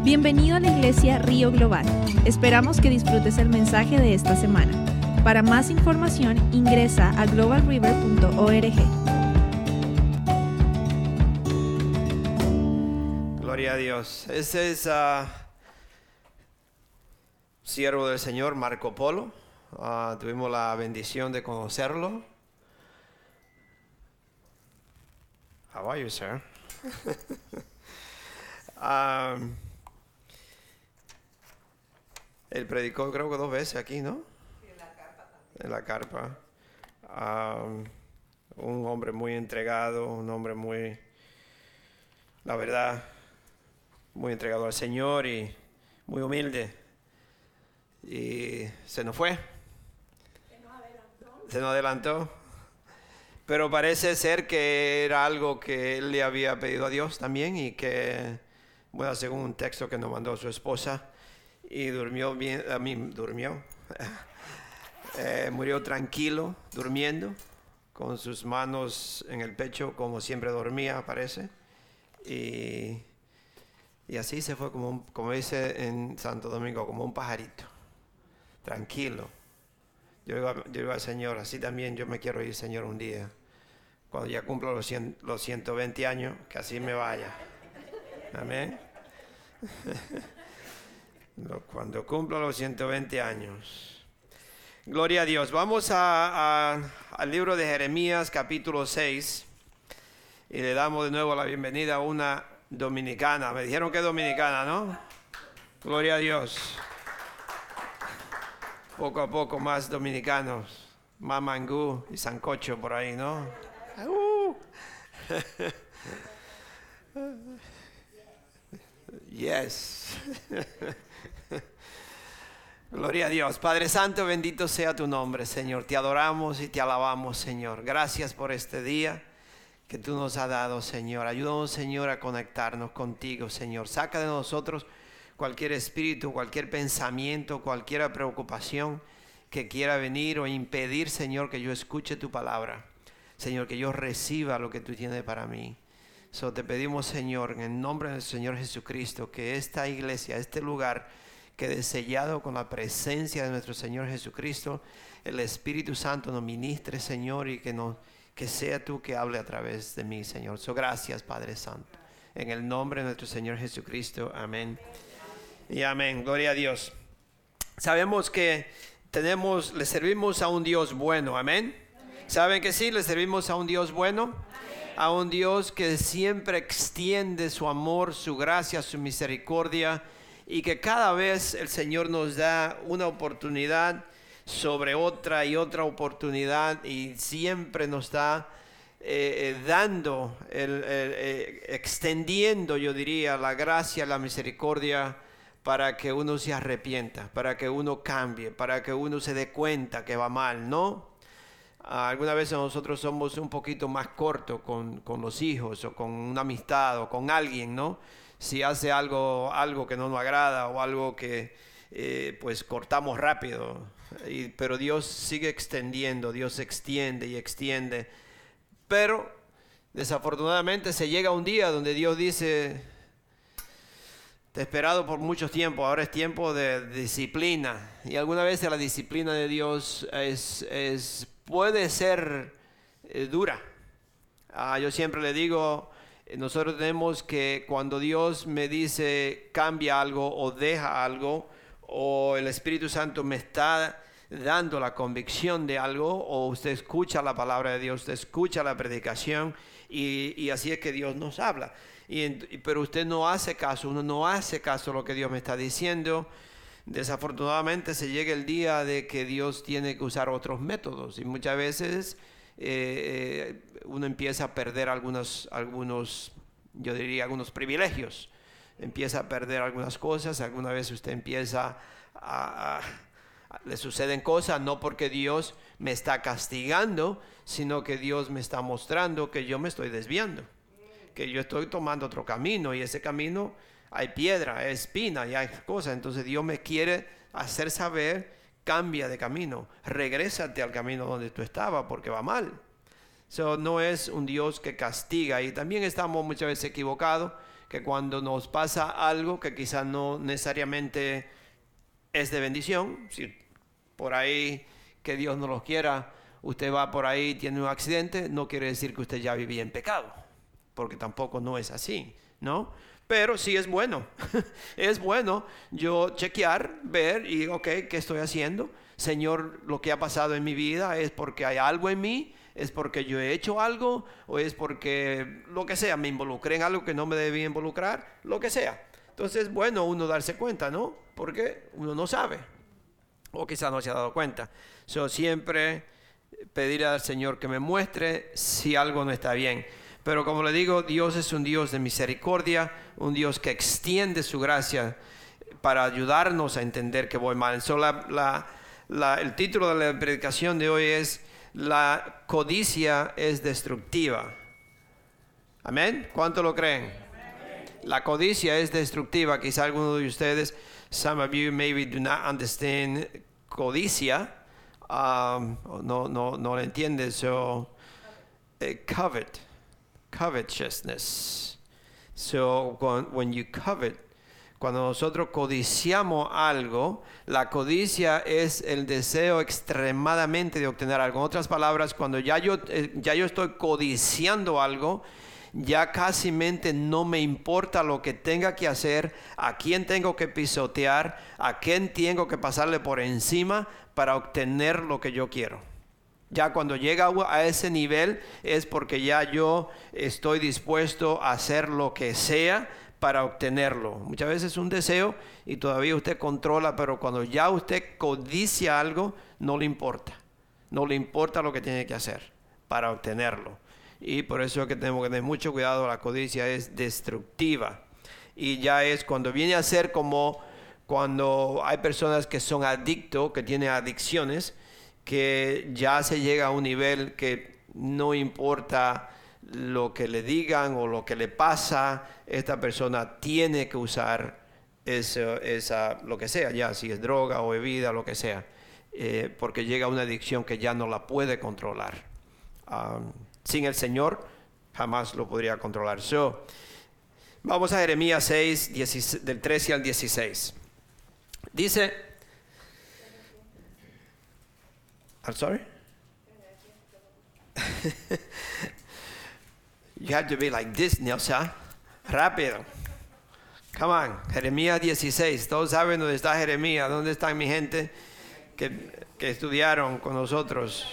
Bienvenido a la Iglesia Río Global. Esperamos que disfrutes el mensaje de esta semana. Para más información, ingresa a globalriver.org. Gloria a Dios. Este es siervo del Señor, Marco Polo. Tuvimos la bendición de conocerlo. How are you, sir? Él predicó creo que 2 veces aquí, ¿no? En la carpa. Un hombre muy entregado, un hombre muy, la verdad, muy entregado al Señor y muy humilde. Y se nos fue. Se nos adelantó. Pero parece ser que era algo que él le había pedido a Dios también y que, bueno, según un texto que nos mandó su esposa, y durmió bien, murió tranquilo, durmiendo, con sus manos en el pecho, como siempre dormía, parece. Y así se fue, como dice en Santo Domingo, como un pajarito, tranquilo. Yo digo al Señor, así también yo me quiero ir, Señor, un día, cuando ya cumplo los 120 años, que así me vaya. Amén. Cuando cumplo los 120 años. Gloria a Dios. Vamos al libro de Jeremías, capítulo 6. Y le damos de nuevo la bienvenida a una dominicana. Me dijeron que es dominicana, ¿no? Gloria a Dios. Poco a poco más dominicanos. Más mangú y sancocho por ahí, ¿no? Yes. Gloria a Dios. Padre Santo, bendito sea tu nombre, Señor. Te adoramos y te alabamos, Señor. Gracias por este día que tú nos has dado, Señor. Ayúdanos, Señor, a conectarnos contigo, Señor. Saca de nosotros cualquier espíritu, cualquier pensamiento, cualquier preocupación que quiera venir o impedir, Señor, que yo escuche tu palabra. Señor, que yo reciba lo que tú tienes para mí. Te pedimos, Señor, en el nombre del Señor Jesucristo, que esta iglesia, este lugar, quede sellado con la presencia de nuestro Señor Jesucristo. El Espíritu Santo nos ministre, Señor, y que sea tú que hable a través de mí, Señor. Gracias, Padre Santo. En el nombre de nuestro Señor Jesucristo. Amén. Y amén. Gloria a Dios. Sabemos que le servimos a un Dios bueno. Amén. ¿Saben que sí? Le servimos a un Dios bueno. A un Dios que siempre extiende su amor, su gracia, su misericordia, y que cada vez el Señor nos da una oportunidad sobre otra y otra oportunidad, y siempre nos está dando, extendiendo, yo diría, la gracia, la misericordia, para que uno se arrepienta, para que uno cambie, para que uno se dé cuenta que va mal, ¿no? Algunas veces nosotros somos un poquito más cortos con los hijos o con una amistad o con alguien, ¿no? Si hace algo que no nos agrada o algo que pues cortamos rápido. Pero Dios sigue extendiendo, Dios extiende y extiende. Pero desafortunadamente se llega un día donde Dios dice: te he esperado por mucho tiempo, ahora es tiempo de disciplina. Y algunas veces la disciplina de Dios puede ser dura. Yo siempre le digo, nosotros tenemos que, cuando Dios me dice cambia algo o deja algo, o el Espíritu Santo me está dando la convicción de algo, o usted escucha la palabra de Dios, usted escucha la predicación, y así es que Dios nos habla. Pero usted no hace caso, uno no hace caso a lo que Dios me está diciendo. Desafortunadamente se llega el día de que Dios tiene que usar otros métodos, y muchas veces uno empieza a perder algunos, yo diría, algunos privilegios, empieza a perder algunas cosas. Alguna vez usted empieza le suceden cosas no porque Dios me está castigando, sino que Dios me está mostrando que yo me estoy desviando, que yo estoy tomando otro camino, y ese camino hay piedra, hay espina y hay cosas. Entonces Dios me quiere hacer saber: cambia de camino, regrésate al camino donde tú estabas, porque va mal. No es un Dios que castiga, y también estamos muchas veces equivocados, que cuando nos pasa algo que quizás no necesariamente es de bendición, si por ahí que Dios no los quiera, usted va por ahí, tiene un accidente, no quiere decir que usted ya vivía en pecado, porque tampoco no es así, ¿no? Pero sí es bueno, es bueno yo chequear, ver y ok, ¿qué estoy haciendo? Señor, lo que ha pasado en mi vida es porque hay algo en mí, es porque yo he hecho algo o es porque lo que sea, me involucré en algo que no me debía involucrar, lo que sea. Entonces es bueno uno darse cuenta, ¿no? Porque uno no sabe o quizás no se ha dado cuenta. Yo siempre pediré al Señor que me muestre si algo no está bien. Pero como le digo, Dios es un Dios de misericordia, un Dios que extiende su gracia para ayudarnos a entender que voy mal. So, el título de la predicación de hoy es La codicia es destructiva. Amén. ¿Cuánto lo creen? La codicia es destructiva. Quizá algunos de ustedes, some of you maybe do not understand codicia. No lo entienden. So, covetousness. So, when you covet, cuando nosotros codiciamos algo, la codicia es el deseo extremadamente de obtener algo. En otras palabras, cuando ya yo estoy codiciando algo, ya casi no me importa lo que tenga que hacer, a quién tengo que pisotear, a quién tengo que pasarle por encima para obtener lo que yo quiero. Ya cuando llega a ese nivel es porque ya yo estoy dispuesto a hacer lo que sea para obtenerlo. Muchas veces es un deseo y todavía usted controla, pero cuando ya usted codicia algo, no le importa. No le importa lo que tiene que hacer para obtenerlo. Y por eso es que tenemos que tener mucho cuidado. La codicia es destructiva. Y ya es cuando viene a ser como cuando hay personas que son adictos, que tienen adicciones, que ya se llega a un nivel que no importa lo que le digan o lo que le pasa, esta persona tiene que usar lo que sea, ya si es droga o bebida, lo que sea, porque llega a una adicción que ya no la puede controlar. Sin el Señor jamás lo podría controlar. Vamos a Jeremías 6, del 13 al 16. Dice, I'm sorry? You have to be like this, Nelsa. Rápido. Come on. Jeremías 16. Todos saben dónde está Jeremías. ¿Dónde están mi gente que estudiaron con nosotros?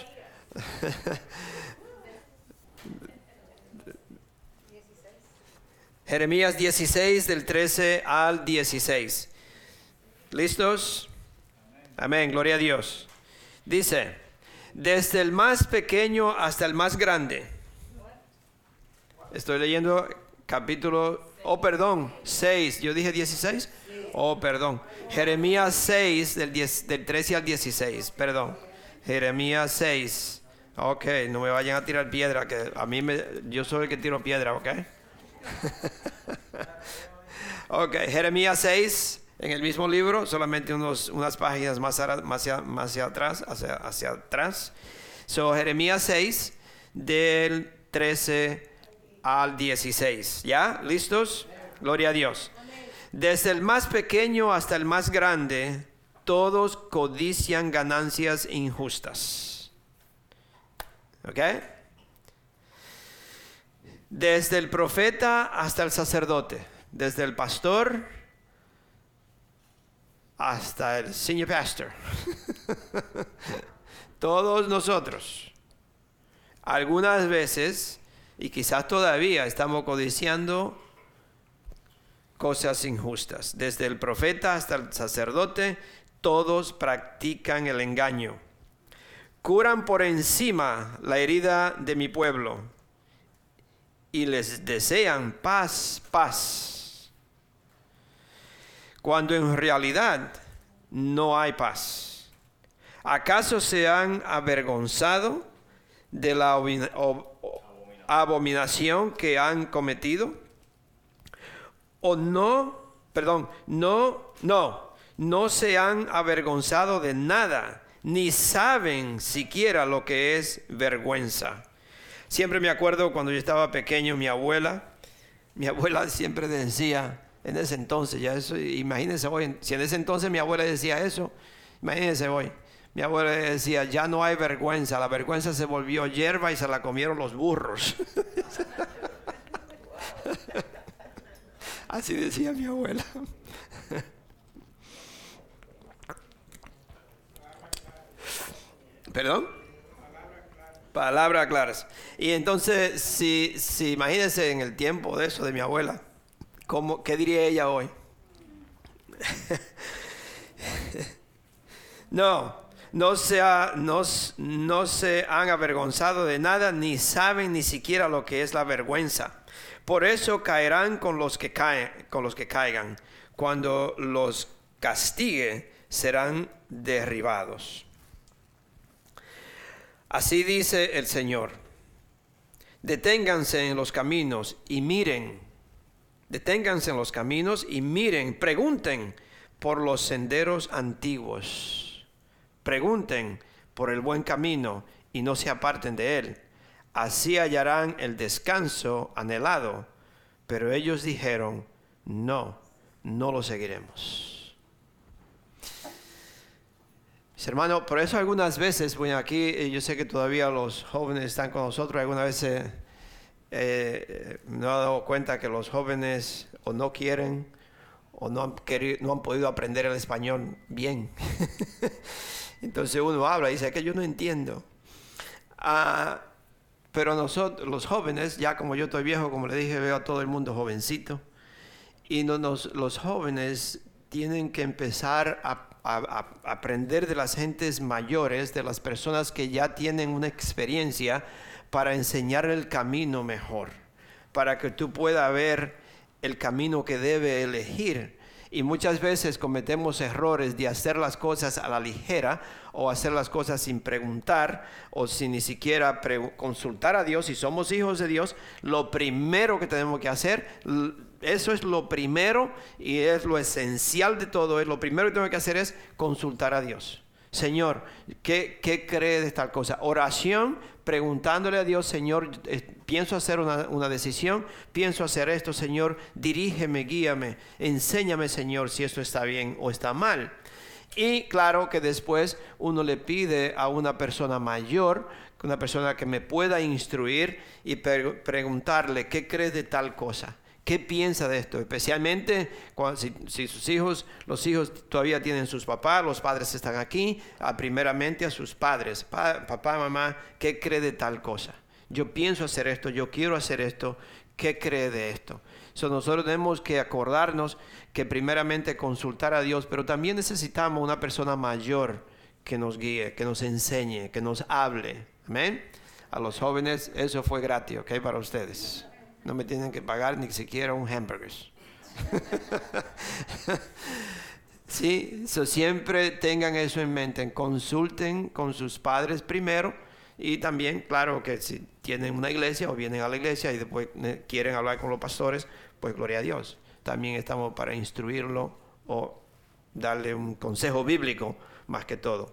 Jeremías 16, del 13 al 16. ¿Listos? Amén. Gloria a Dios. Dice, desde el más pequeño hasta el más grande. Estoy leyendo capítulo, 6. ¿Yo dije 16? Oh, perdón. Jeremías 6, del 13 al 16. Perdón. Jeremías 6. Ok, no me vayan a tirar piedra, que yo soy el que tiro piedra, ok. Ok, Jeremías 6. En el mismo libro, solamente unas páginas más hacia atrás, hacia atrás. Jeremías 6, del 13 al 16. ¿Ya? ¿Listos? Gloria a Dios. Desde el más pequeño hasta el más grande, todos codician ganancias injustas. ¿Ok? Desde el profeta hasta el sacerdote, desde el pastor hasta el senior pastor. Todos nosotros, algunas veces, y quizás todavía, estamos codiciando cosas injustas. Desde el profeta hasta el sacerdote, todos practican el engaño. Curan por encima la herida de mi pueblo y les desean paz, paz, cuando en realidad no hay paz. ¿Acaso se han avergonzado de la abominación que han cometido? ¿O no se han avergonzado de nada, ni saben siquiera lo que es vergüenza? Siempre me acuerdo cuando yo estaba pequeño, mi abuela Mi abuela siempre decía, en ese entonces, ya eso, imagínense hoy, si en ese entonces mi abuela decía eso, imagínense hoy. Mi abuela decía, ya no hay vergüenza, la vergüenza se volvió hierba y se la comieron los burros. Así decía mi abuela. ¿Perdón? Palabras claras. Y entonces, si imagínense en el tiempo de eso de mi abuela, ¿qué diría ella hoy? No se han avergonzado de nada, ni saben ni siquiera lo que es la vergüenza. Por eso caerán con los que caigan. Cuando los castigue, serán derribados. Así dice el Señor: deténganse en los caminos y miren. Deténganse en los caminos y miren, pregunten por los senderos antiguos. Pregunten por el buen camino y no se aparten de él. Así hallarán el descanso anhelado. Pero ellos dijeron, no lo seguiremos. Mis hermanos, por eso algunas veces, bueno, aquí yo sé que todavía los jóvenes están con nosotros, algunas veces me he dado cuenta que los jóvenes o no quieren o no han podido aprender el español bien. Entonces uno habla y dice que yo no entiendo. Pero nosotros, los jóvenes, ya como yo estoy viejo, como le dije, veo a todo el mundo jovencito. Y los jóvenes tienen que empezar a aprender de las gentes mayores, de las personas que ya tienen una experiencia, para enseñar el camino mejor, para que tú puedas ver el camino que debe elegir. Y muchas veces cometemos errores de hacer las cosas a la ligera, o hacer las cosas sin preguntar, o sin ni siquiera consultar a Dios. Si somos hijos de Dios, lo primero que tenemos que hacer, eso es lo primero y es lo esencial de todo. Lo primero que tengo que hacer es consultar a Dios. Señor, ¿qué cree de tal cosa? Oración, preguntándole a Dios, Señor, pienso hacer una decisión, pienso hacer esto, Señor, dirígeme, guíame, enséñame, Señor, si esto está bien o está mal. Y claro que después uno le pide a una persona mayor, una persona que me pueda instruir y preguntarle, ¿qué crees de tal cosa? ¿Qué piensa de esto? Especialmente si los hijos todavía tienen sus papás, los padres están aquí, primeramente a sus padres. Papá, mamá, ¿qué cree de tal cosa? Yo pienso hacer esto, yo quiero hacer esto, ¿qué cree de esto? Nosotros tenemos que acordarnos que primeramente consultar a Dios, pero también necesitamos una persona mayor que nos guíe, que nos enseñe, que nos hable. Amén. A los jóvenes eso fue gratis, ¿ok? Para ustedes. No me tienen que pagar ni siquiera un hamburger. Sí, siempre tengan eso en mente. Consulten con sus padres primero. Y también, claro, que si tienen una iglesia o vienen a la iglesia y después quieren hablar con los pastores, pues gloria a Dios. También estamos para instruirlo o darle un consejo bíblico más que todo.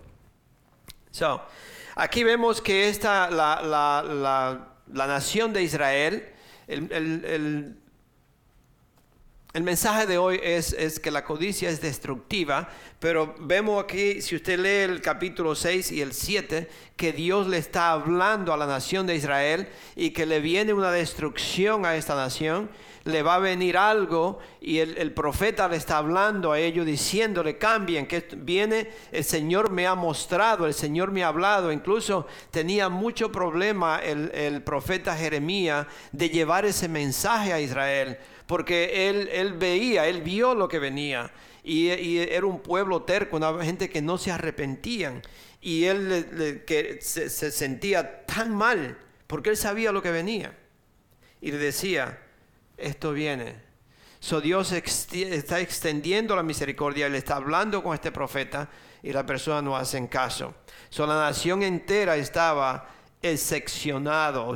Aquí vemos que la nación de Israel, el mensaje de hoy es que la codicia es destructiva, pero vemos aquí, si usted lee el capítulo 6 y el 7, que Dios le está hablando a la nación de Israel y que le viene una destrucción a esta nación, le va a venir algo y el profeta le está hablando a ellos diciéndole cambien, que viene, el Señor me ha mostrado, el Señor me ha hablado. Incluso tenía mucho problema el profeta Jeremías de llevar ese mensaje a Israel, porque él vio lo que venía y era un pueblo terco, una gente que no se arrepentían, y él que se sentía tan mal porque él sabía lo que venía y le decía, esto viene. Dios está extendiendo la misericordia, él está hablando con este profeta y la persona no hace caso. La nación entera estaba excepcionado,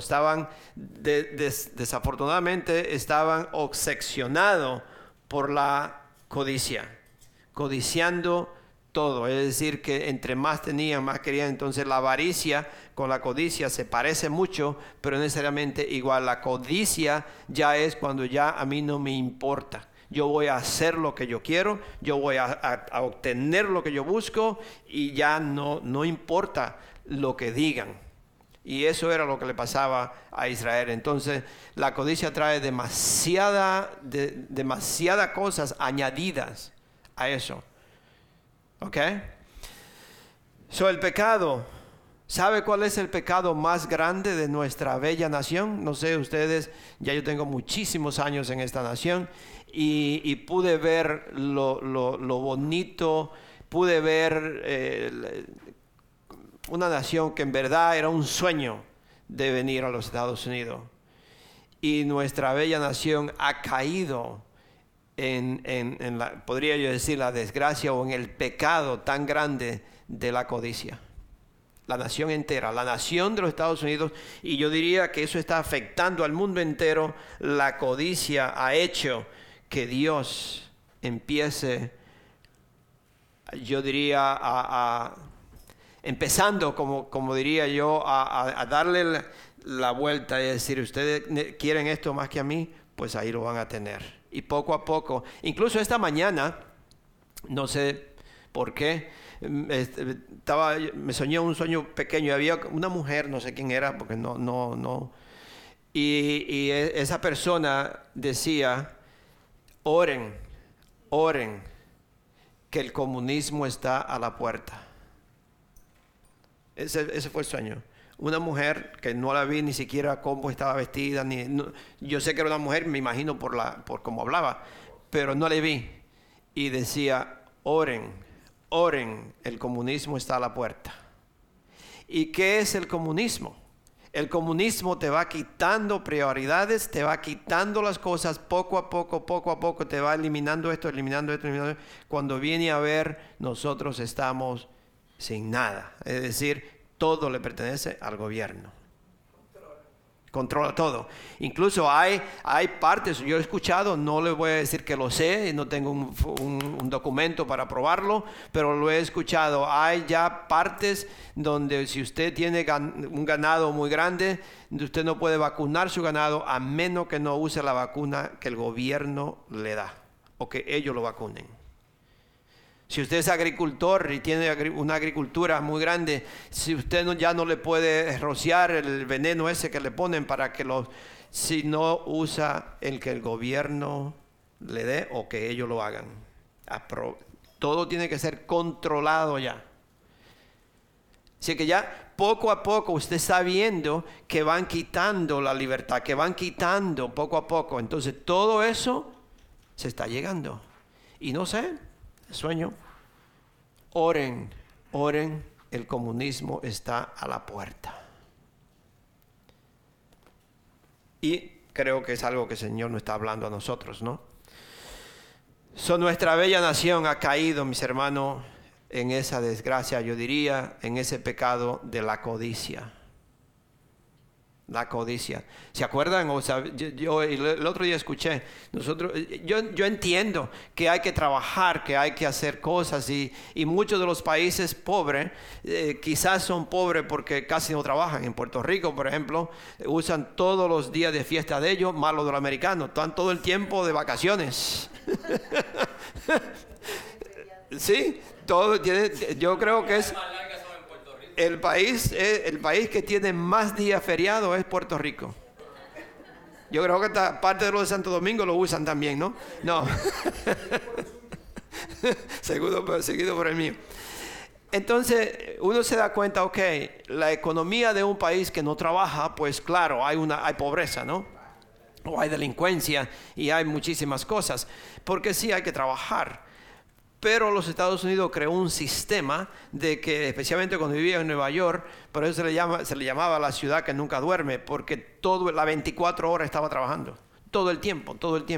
desafortunadamente estaban obsesionados por la codicia, codiciando todo. Es decir, que entre más tenían, más querían. Entonces la avaricia con la codicia se parece mucho, pero no necesariamente igual. La codicia ya es cuando ya a mí no me importa. Yo voy a hacer lo que yo quiero, yo voy a obtener lo que yo busco y ya no importa lo que digan. Y eso era lo que le pasaba a Israel. Entonces la codicia trae demasiadas cosas añadidas a eso. ¿Ok? El pecado. ¿Sabe cuál es el pecado más grande de nuestra bella nación? No sé ustedes, ya yo tengo muchísimos años en esta nación y pude ver lo bonito, pude ver una nación que en verdad era un sueño de venir a los Estados Unidos. Y nuestra bella nación ha caído en la, podría yo decir, la desgracia o en el pecado tan grande de la codicia. La nación entera, la nación de los Estados Unidos, y yo diría que eso está afectando al mundo entero. La codicia ha hecho que Dios empiece, yo diría, empezando, como diría yo, a darle la vuelta y decir, ustedes quieren esto más que a mí, pues ahí lo van a tener. Y poco a poco, incluso esta mañana, no sé por qué, me soñé un sueño pequeño. Había una mujer, no sé quién era, porque no. Y esa persona decía, oren, que el comunismo está a la puerta. Ese fue el sueño. Una mujer que no la vi ni siquiera cómo estaba vestida, yo sé que era una mujer, me imagino por cómo hablaba, pero no la vi. Y decía, oren, el comunismo está a la puerta. ¿Y qué es el comunismo? El comunismo te va quitando prioridades, te va quitando las cosas poco a poco, te va eliminando esto. Cuando viene a ver, nosotros estamos sin nada. Es decir, todo le pertenece al gobierno. Controla todo. Incluso hay partes, yo he escuchado, no les voy a decir que lo sé, no tengo un documento para probarlo, pero lo he escuchado. Hay ya partes donde si usted tiene un ganado muy grande, usted no puede vacunar su ganado a menos que no use la vacuna que el gobierno le da o que ellos lo vacunen. Si usted es agricultor y tiene una agricultura muy grande, si usted ya no le puede rociar el veneno ese que le ponen para que si no usa el que el gobierno le dé o que ellos lo hagan. Todo tiene que ser controlado ya. Así que ya poco a poco usted está viendo que van quitando la libertad, que van quitando poco a poco. Entonces todo eso se está llegando. Y no sé, sueño. Oren, el comunismo está a la puerta. Y creo que es algo que el Señor nos está hablando a nosotros, ¿no? Nuestra bella nación ha caído, mis hermanos, en esa desgracia, yo diría, en ese pecado de la codicia. La codicia. ¿Se acuerdan? O sea, yo el otro día escuché, yo entiendo que hay que trabajar, que hay que hacer cosas y muchos de los países pobres quizás son pobres porque casi no trabajan. En Puerto Rico, por ejemplo, usan todos los días de fiesta de ellos, más los de los americanos, están todo el tiempo de vacaciones. Sí, yo creo que es... El país que tiene más días feriados es Puerto Rico. Yo creo que esta parte de los de Santo Domingo lo usan también, ¿no? No. Seguido por el mío. Entonces, uno se da cuenta, ok, la economía de un país que no trabaja, pues claro, hay pobreza, ¿no? O hay delincuencia y hay muchísimas cosas. Porque sí hay que trabajar. Pero los Estados Unidos creó un sistema de que, especialmente cuando vivía en Nueva York, por eso se le llamaba la ciudad que nunca duerme, porque las 24 horas estaba trabajando. Todo el tiempo.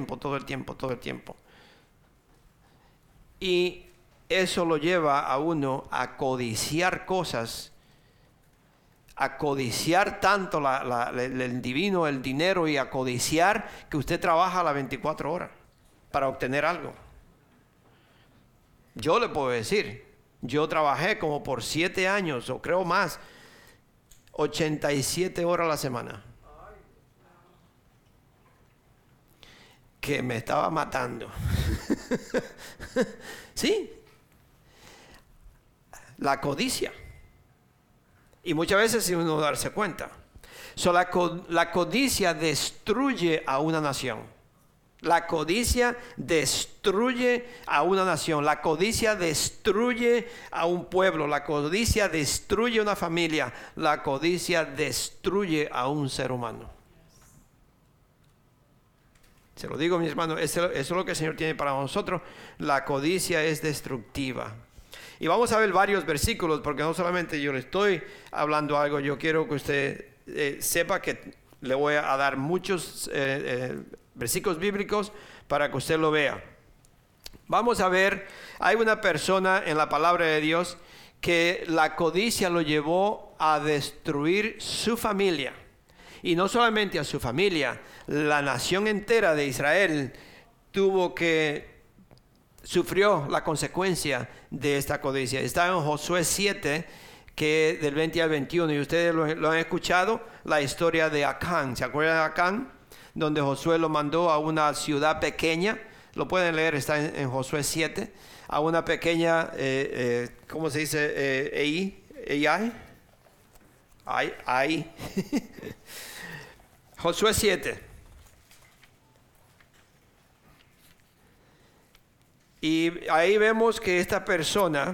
Y eso lo lleva a uno a codiciar cosas, a codiciar tanto el divino, el dinero, y a codiciar que usted trabaja las 24 horas para obtener algo. Yo le puedo decir, Yo trabajé como por 7 años, o creo más, 87 horas a la semana. Que me estaba matando. ¿Sí? La codicia. Y muchas veces sin uno darse cuenta. La codicia destruye a una nación. La codicia destruye a una nación. La codicia destruye a un pueblo. La codicia destruye a una familia. La codicia destruye a un ser humano. Se lo digo, mis hermanos, eso es lo que el Señor tiene para nosotros. La codicia es destructiva. Y vamos a ver varios versículos, porque no solamente yo le estoy hablando algo, yo quiero que usted sepa que le voy a dar muchos versículos bíblicos para que usted lo vea. Vamos a ver, hay una persona en la palabra de Dios que la codicia lo llevó a destruir su familia. Y no solamente a su familia, la nación entera de Israel sufrió la consecuencia de esta codicia. Está en Josué 7, que del 20 al 21, y ustedes lo han escuchado, la historia de Acán. ¿Se acuerdan de Acán? Donde Josué lo mandó a una ciudad pequeña, lo pueden leer, está en Josué 7, a una pequeña, ¿cómo se dice? Ai. Josué 7. Y ahí vemos que esta persona,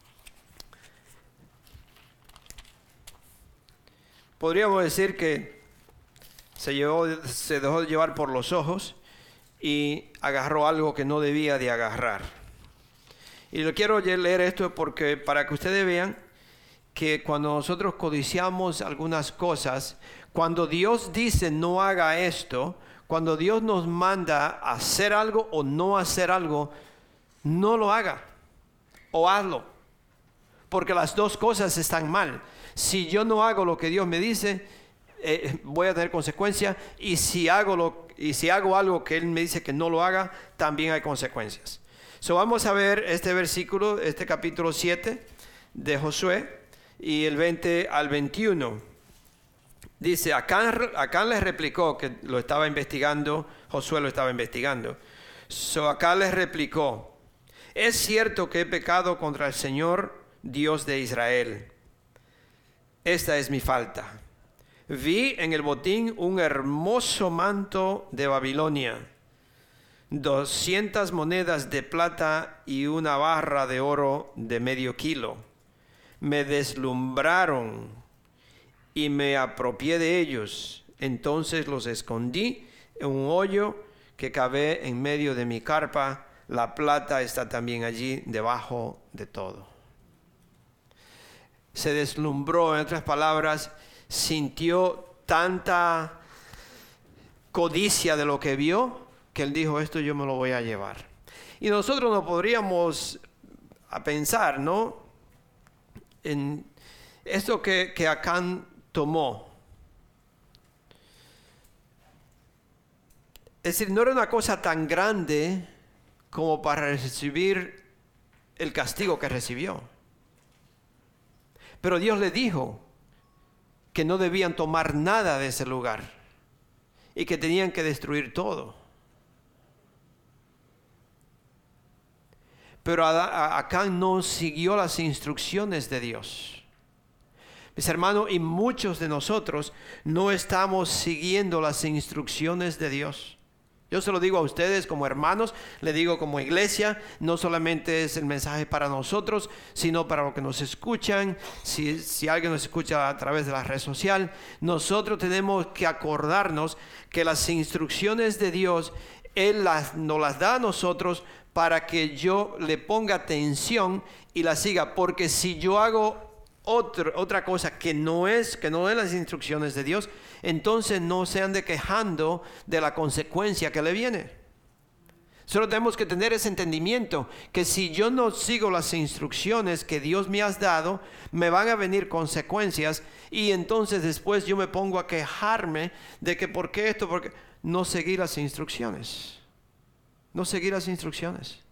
podríamos decir que se dejó de llevar por los ojos y agarró algo que no debía de agarrar. Y le quiero leer esto porque para que ustedes vean que cuando nosotros codiciamos algunas cosas, cuando Dios dice no haga esto, cuando Dios nos manda a hacer algo o no hacer algo, no lo haga o hazlo, porque las dos cosas están mal. Si yo no hago lo que Dios me dice, voy a tener consecuencias, y si hago algo que Él me dice que no lo haga, también hay consecuencias. Vamos a ver este versículo, este capítulo 7 de Josué, y el 20 al 21. Dice, Acán les replicó, que lo estaba investigando, Josué lo estaba investigando. Acán les replicó: es cierto que he pecado contra el Señor, Dios de Israel. Esta es mi falta. Vi en el botín un hermoso manto de Babilonia, 200 monedas de plata y una barra de oro de medio kilo. Me deslumbraron y me apropié de ellos. Entonces los escondí en un hoyo que cavé en medio de mi carpa. La plata está también allí debajo de todo. Se deslumbró, en otras palabras, sintió tanta codicia de lo que vio, que él dijo, esto yo me lo voy a llevar. Y nosotros no podríamos pensar, ¿no?, en esto que Acán tomó. Es decir, no era una cosa tan grande como para recibir el castigo que recibió. Pero Dios le dijo que no debían tomar nada de ese lugar y que tenían que destruir todo. Pero Acán no siguió las instrucciones de Dios. Mis hermanos, y muchos de nosotros no estamos siguiendo las instrucciones de Dios. Yo se lo digo a ustedes como hermanos, le digo como iglesia, no solamente es el mensaje para nosotros, sino para los que nos escuchan. Si alguien nos escucha a través de la red social, nosotros tenemos que acordarnos que las instrucciones de Dios, Él nos las da a nosotros para que yo le ponga atención y la siga. Porque si yo hago otra cosa que no es las instrucciones de Dios, entonces no se ande quejando de la consecuencia que le viene. Solo tenemos que tener ese entendimiento, que si yo no sigo las instrucciones que Dios me ha dado, me van a venir consecuencias, y entonces después yo me pongo a quejarme de que por qué esto, porque no seguí las instrucciones. No seguí las instrucciones.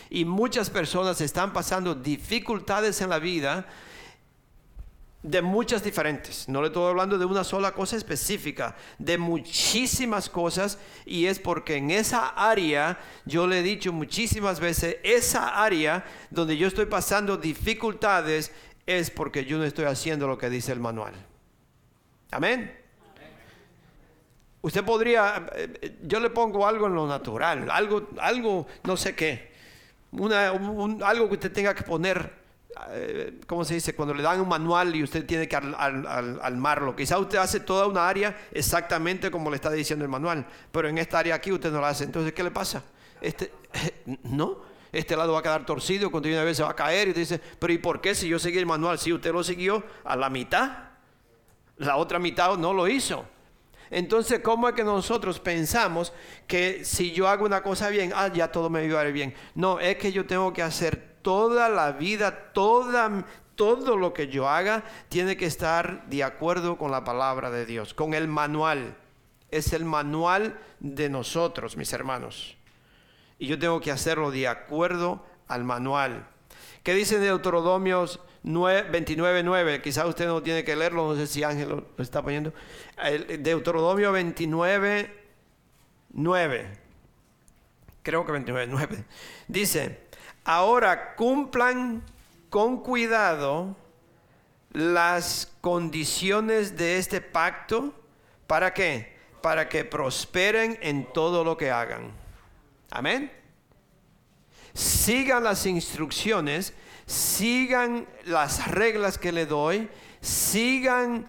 Y muchas personas están pasando dificultades en la vida de muchas diferentes. No le estoy hablando de una sola cosa específica, de muchísimas cosas, y es porque en esa área, yo le he dicho muchísimas veces, esa área donde yo estoy pasando dificultades es porque yo no estoy haciendo lo que dice el manual. Amén. Usted podría, yo le pongo algo en lo natural, algo no sé qué, algo que usted tenga que poner. ¿Cómo se dice? Cuando le dan un manual y usted tiene que armarlo. Quizá usted hace toda una área exactamente como le está diciendo el manual, pero en esta área aquí usted no la hace. Entonces, ¿qué le pasa? No, este lado va a quedar torcido, cuando una vez se va a caer, y usted dice, pero ¿y por qué si yo seguí el manual? Si usted lo siguió a la mitad, la otra mitad no lo hizo. Entonces, ¿cómo es que nosotros pensamos que si yo hago una cosa bien, ya todo me va a ir bien? No, es que yo tengo que hacer toda la vida, todo lo que yo haga tiene que estar de acuerdo con la palabra de Dios, con el manual. Es el manual de nosotros, mis hermanos. Y yo tengo que hacerlo de acuerdo al manual. ¿Qué dice Deuteronomios 29:9? Quizás usted no tiene que leerlo, no sé si Ángel lo está poniendo. Deuteronomio 29:9. Creo que 29:9. Dice: ahora cumplan con cuidado las condiciones de este pacto. ¿Para qué? Para que prosperen en todo lo que hagan. Amén. Sigan las instrucciones, sigan las reglas que le doy, sigan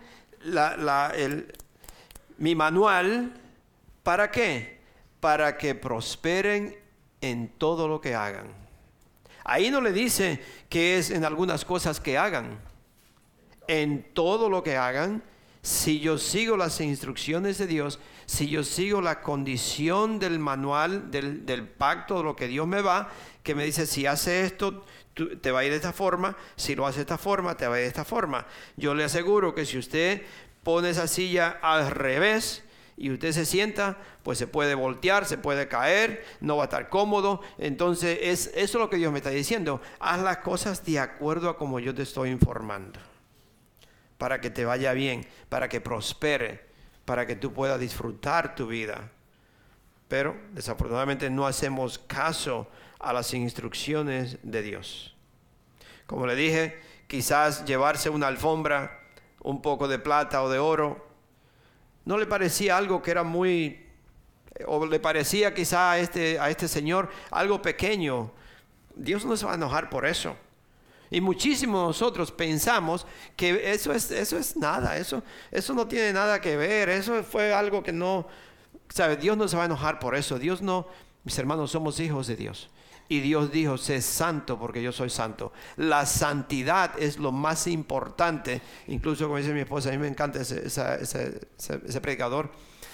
mi manual. ¿Para qué? Para que prosperen en todo lo que hagan. Ahí no le dice que es en algunas cosas que hagan. En todo lo que hagan, si yo sigo las instrucciones de Dios, si yo sigo la condición del manual, del pacto, de lo que Dios me va, que me dice, si hace esto, te va a ir de esta forma, si lo hace de esta forma, te va a ir de esta forma. Yo le aseguro que si usted pone esa silla al revés y usted se sienta, pues se puede voltear, se puede caer, no va a estar cómodo. Entonces, eso es lo que Dios me está diciendo. Haz las cosas de acuerdo a como yo te estoy informando, para que te vaya bien, para que prospere, para que tú puedas disfrutar tu vida. Pero desafortunadamente no hacemos caso a las instrucciones de Dios. Como le dije, quizás llevarse una alfombra, un poco de plata o de oro, no le parecía algo que era muy, o le parecía quizá a este señor algo pequeño. Dios no se va a enojar por eso. Y muchísimos de nosotros pensamos que eso es nada, eso no tiene nada que ver, eso fue algo que no, ¿sabe? Dios no se va a enojar por eso. Dios no, mis hermanos, somos hijos de Dios. Y Dios dijo, sé santo porque yo soy santo. La santidad es lo más importante. Incluso, como dice mi esposa, a mí me encanta ese predicador,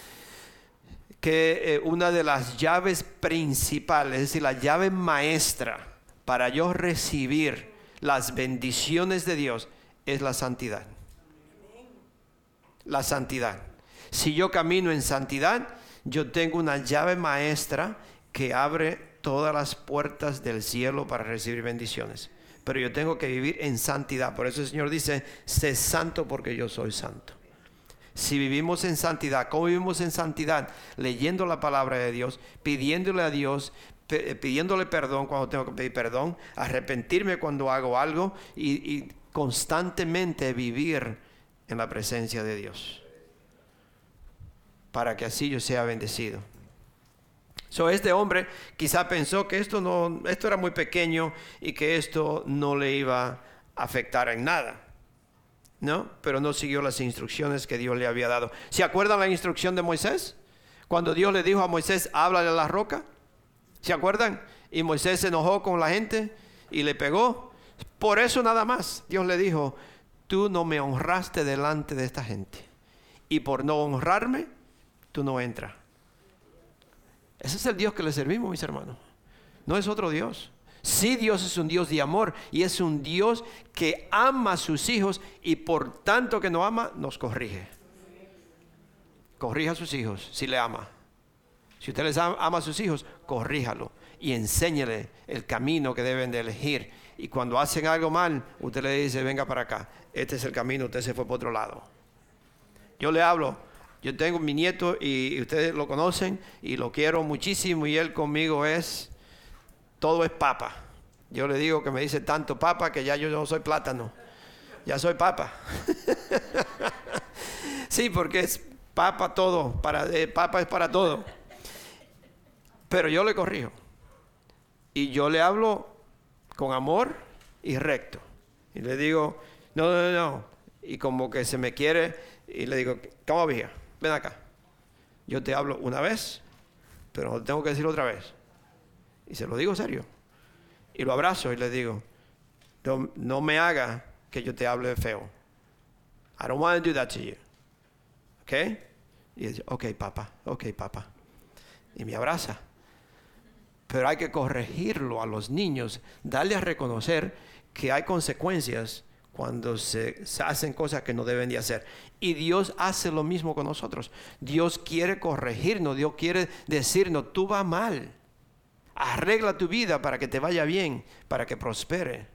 que una de las llaves principales, es decir, la llave maestra para yo recibir las bendiciones de Dios, es la santidad. La santidad. Si yo camino en santidad, yo tengo una llave maestra que abre todas las puertas del cielo para recibir bendiciones. Pero yo tengo que vivir en santidad. Por eso el Señor dice, sé santo porque yo soy santo. Si vivimos en santidad, ¿cómo vivimos en santidad? Leyendo la palabra de Dios, pidiéndole a Dios, pidiéndole perdón cuando tengo que pedir perdón, arrepentirme cuando hago algo y constantemente vivir en la presencia de Dios, para que así yo sea bendecido. Este hombre quizá pensó que esto era muy pequeño y que esto no le iba a afectar en nada, ¿no? Pero no siguió las instrucciones que Dios le había dado. ¿Se acuerdan la instrucción de Moisés? Cuando Dios le dijo a Moisés, háblale a la roca. ¿Se acuerdan? Y Moisés se enojó con la gente y le pegó. Por eso nada más Dios le dijo, tú no me honraste delante de esta gente, y por no honrarme, tú no entras. Ese es el Dios que le servimos, mis hermanos. No es otro Dios. Sí, Dios es un Dios de amor y es un Dios que ama a sus hijos, y por tanto que nos ama, nos corrige. Corrija a sus hijos si le ama. Si usted les ama a sus hijos, corríjalo. y enséñele el camino que deben de elegir. Y cuando hacen algo mal, usted le dice, venga para acá, este es el camino, usted se fue por otro lado. Yo le hablo, yo tengo mi nieto y ustedes lo conocen y lo quiero muchísimo y él conmigo todo es papa. Yo le digo que me dice tanto papa que ya yo no soy plátano, ya soy papa. Sí, porque es papa todo, papa es para todo. Pero yo le corrijo y yo le hablo con amor y recto. Y le digo, no. Y como que se me quiere y le digo, come over here, ven acá. Yo te hablo una vez, pero no tengo que decirlo otra vez. Y se lo digo serio. Y lo abrazo y le digo, no me haga que yo te hable feo. I don't want to do that to you. ¿Ok? Y dice, ok, papá. Y me abraza. Pero hay que corregirlo a los niños, darle a reconocer que hay consecuencias cuando se hacen cosas que no deben de hacer. Y Dios hace lo mismo con nosotros. Dios quiere corregirnos, Dios quiere decirnos, tú vas mal. Arregla tu vida para que te vaya bien, para que prospere.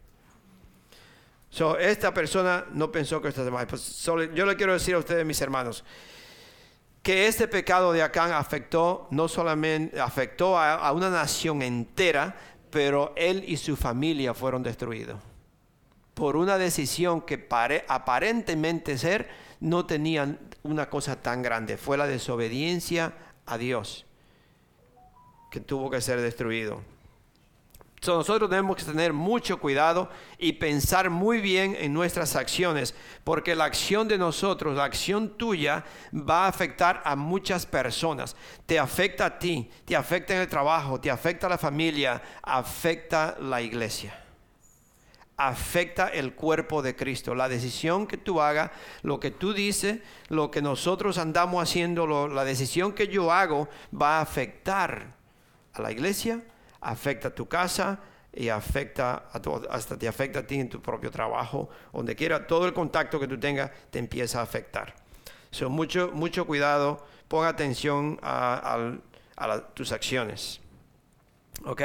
Esta persona no pensó que esto es mal. Yo le quiero decir a ustedes, mis hermanos, que este pecado de Acán no solamente afectó a una nación entera, pero él y su familia fueron destruidos por una decisión que aparentemente no tenían una cosa tan grande. Fue la desobediencia a Dios que tuvo que ser destruido. Nosotros tenemos que tener mucho cuidado y pensar muy bien en nuestras acciones, porque la acción de nosotros, la acción tuya va a afectar a muchas personas. Te afecta a ti, te afecta en el trabajo, te afecta a la familia, afecta la iglesia, afecta el cuerpo de Cristo. La decisión que tú hagas, lo que tú dices, lo que nosotros andamos haciendo, la decisión que yo hago va a afectar a la iglesia, afecta a tu casa y hasta te afecta a ti en tu propio trabajo, donde quiera. Todo el contacto que tú tengas te empieza a afectar. Mucho cuidado, pon atención a tus acciones. ¿Ok?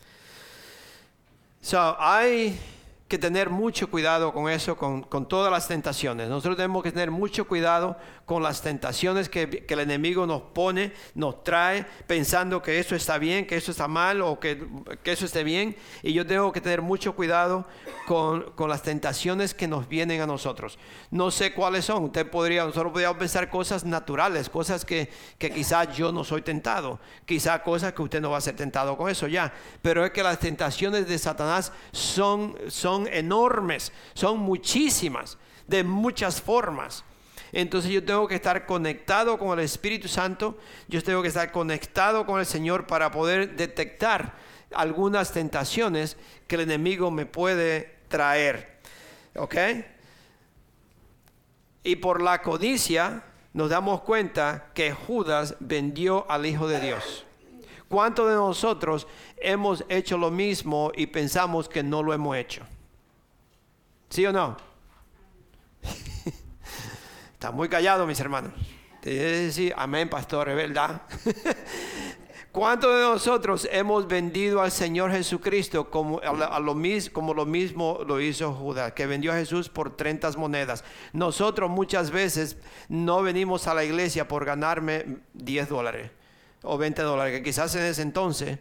Hay que tener mucho cuidado con eso, con todas las tentaciones. Nosotros tenemos que tener mucho cuidado con las tentaciones que el enemigo nos pone, nos trae, pensando que eso está bien, que eso está mal, o que eso esté bien. Y yo tengo que tener mucho cuidado con las tentaciones que nos vienen a nosotros. No sé cuáles son. Nosotros podríamos pensar cosas naturales, cosas que quizás yo no soy tentado, quizás cosas que usted no va a ser tentado con eso ya. Pero es que las tentaciones de Satanás son enormes, son muchísimas, de muchas formas. Entonces yo tengo que estar conectado con el Espíritu Santo, yo tengo que estar conectado con el Señor para poder detectar algunas tentaciones que el enemigo me puede traer. ¿Ok? Y por la codicia nos damos cuenta que Judas vendió al Hijo de Dios. ¿Cuántos de nosotros hemos hecho lo mismo y pensamos que no lo hemos hecho? ¿Sí o no? Está muy callado, mis hermanos. Te debe decir amén, pastor, es verdad. ¿Cuántos de nosotros hemos vendido al Señor Jesucristo como lo mismo lo hizo Judas, que vendió a Jesús por 30 monedas? Nosotros muchas veces no venimos a la iglesia por ganarme $10 o $20, que quizás en ese entonces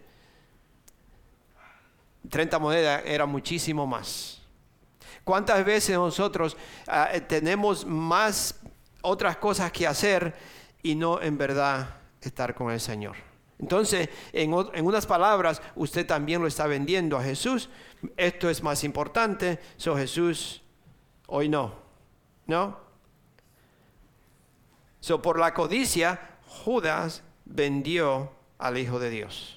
30 monedas era muchísimo más. ¿Cuántas veces nosotros tenemos más otras cosas que hacer y no en verdad estar con el Señor? Entonces, en unas palabras, usted también lo está vendiendo a Jesús. Esto es más importante. Jesús, hoy no. Por la codicia, Judas vendió al Hijo de Dios.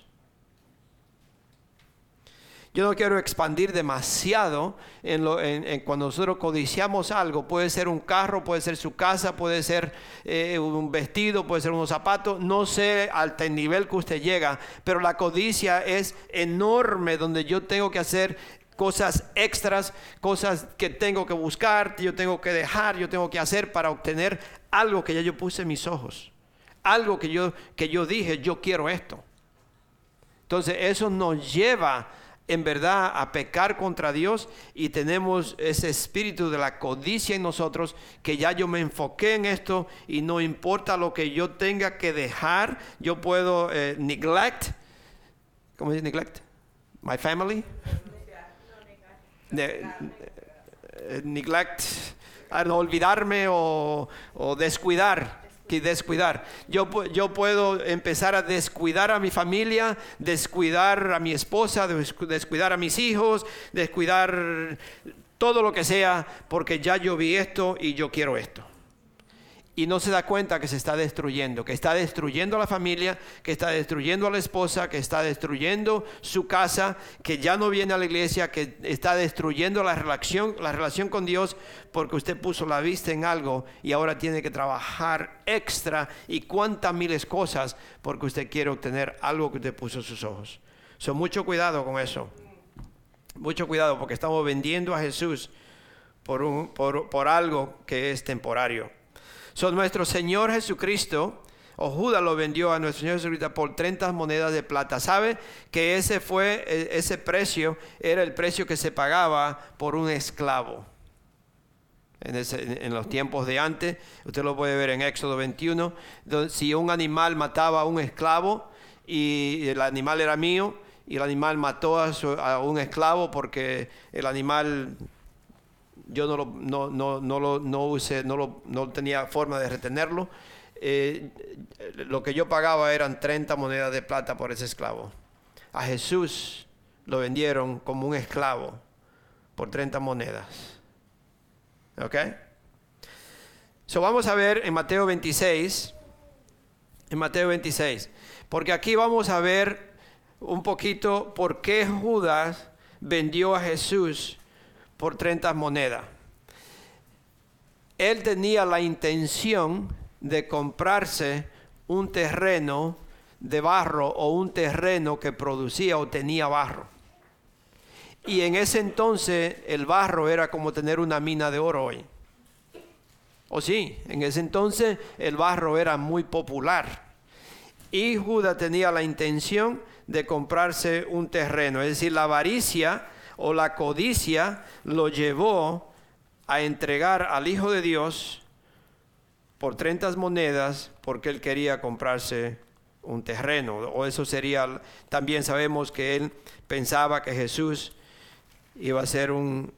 Yo no quiero expandir demasiado en cuando nosotros codiciamos algo. Puede ser un carro, puede ser su casa, puede ser un vestido, puede ser unos zapatos. No sé al nivel que usted llega, pero la codicia es enorme, donde yo tengo que hacer cosas extras, cosas que tengo que buscar, yo tengo que dejar, yo tengo que hacer para obtener algo que ya yo puse en mis ojos. Algo que yo dije, yo quiero esto. Entonces eso nos lleva en verdad a pecar contra Dios y tenemos ese espíritu de la codicia en nosotros, que ya yo me enfoqué en esto y no importa lo que yo tenga que dejar, yo puedo neglect, ¿cómo dice neglect? My family? Neglect, olvidarme o descuidar. Yo puedo empezar a descuidar a mi familia, descuidar a mi esposa, descuidar a mis hijos, descuidar todo lo que sea, porque ya yo vi esto y yo quiero esto. Y no se da cuenta que se está destruyendo, que está destruyendo a la familia, que está destruyendo a la esposa, que está destruyendo su casa, que ya no viene a la iglesia, que está destruyendo la relación con Dios, porque usted puso la vista en algo y ahora tiene que trabajar extra y cuantas miles cosas porque usted quiere obtener algo que usted puso en sus ojos. Mucho cuidado con eso. Mucho cuidado, porque estamos vendiendo a Jesús por algo que es temporario. Nuestro Señor Jesucristo, o Judas lo vendió a nuestro Señor Jesucristo por 30 monedas de plata. ¿Sabe que ese precio era el precio que se pagaba por un esclavo? En los tiempos de antes, usted lo puede ver en Éxodo 21, donde si un animal mataba a un esclavo y el animal era mío, y el animal mató a un esclavo porque el animal... yo no tenía forma de retenerlo. Lo que yo pagaba eran 30 monedas de plata por ese esclavo. A Jesús lo vendieron como un esclavo por 30 monedas. ¿Ok? Vamos a ver en Mateo 26. En Mateo 26. Porque aquí vamos a ver un poquito por qué Judas vendió a Jesús por 30 monedas. Él tenía la intención de comprarse un terreno de barro o un terreno que producía o tenía barro. Y en ese entonces el barro era como tener una mina de oro hoy. ¿O sí? En ese entonces el barro era muy popular. Y Judas tenía la intención de comprarse un terreno. Es decir, la avaricia o la codicia lo llevó a entregar al Hijo de Dios por 30 monedas porque él quería comprarse un terreno. O eso sería, también sabemos que él pensaba que Jesús iba a ser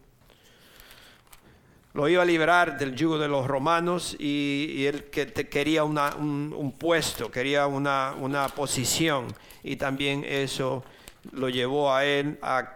lo iba a liberar del yugo de los romanos y él quería un puesto, quería una posición, y también eso lo llevó a él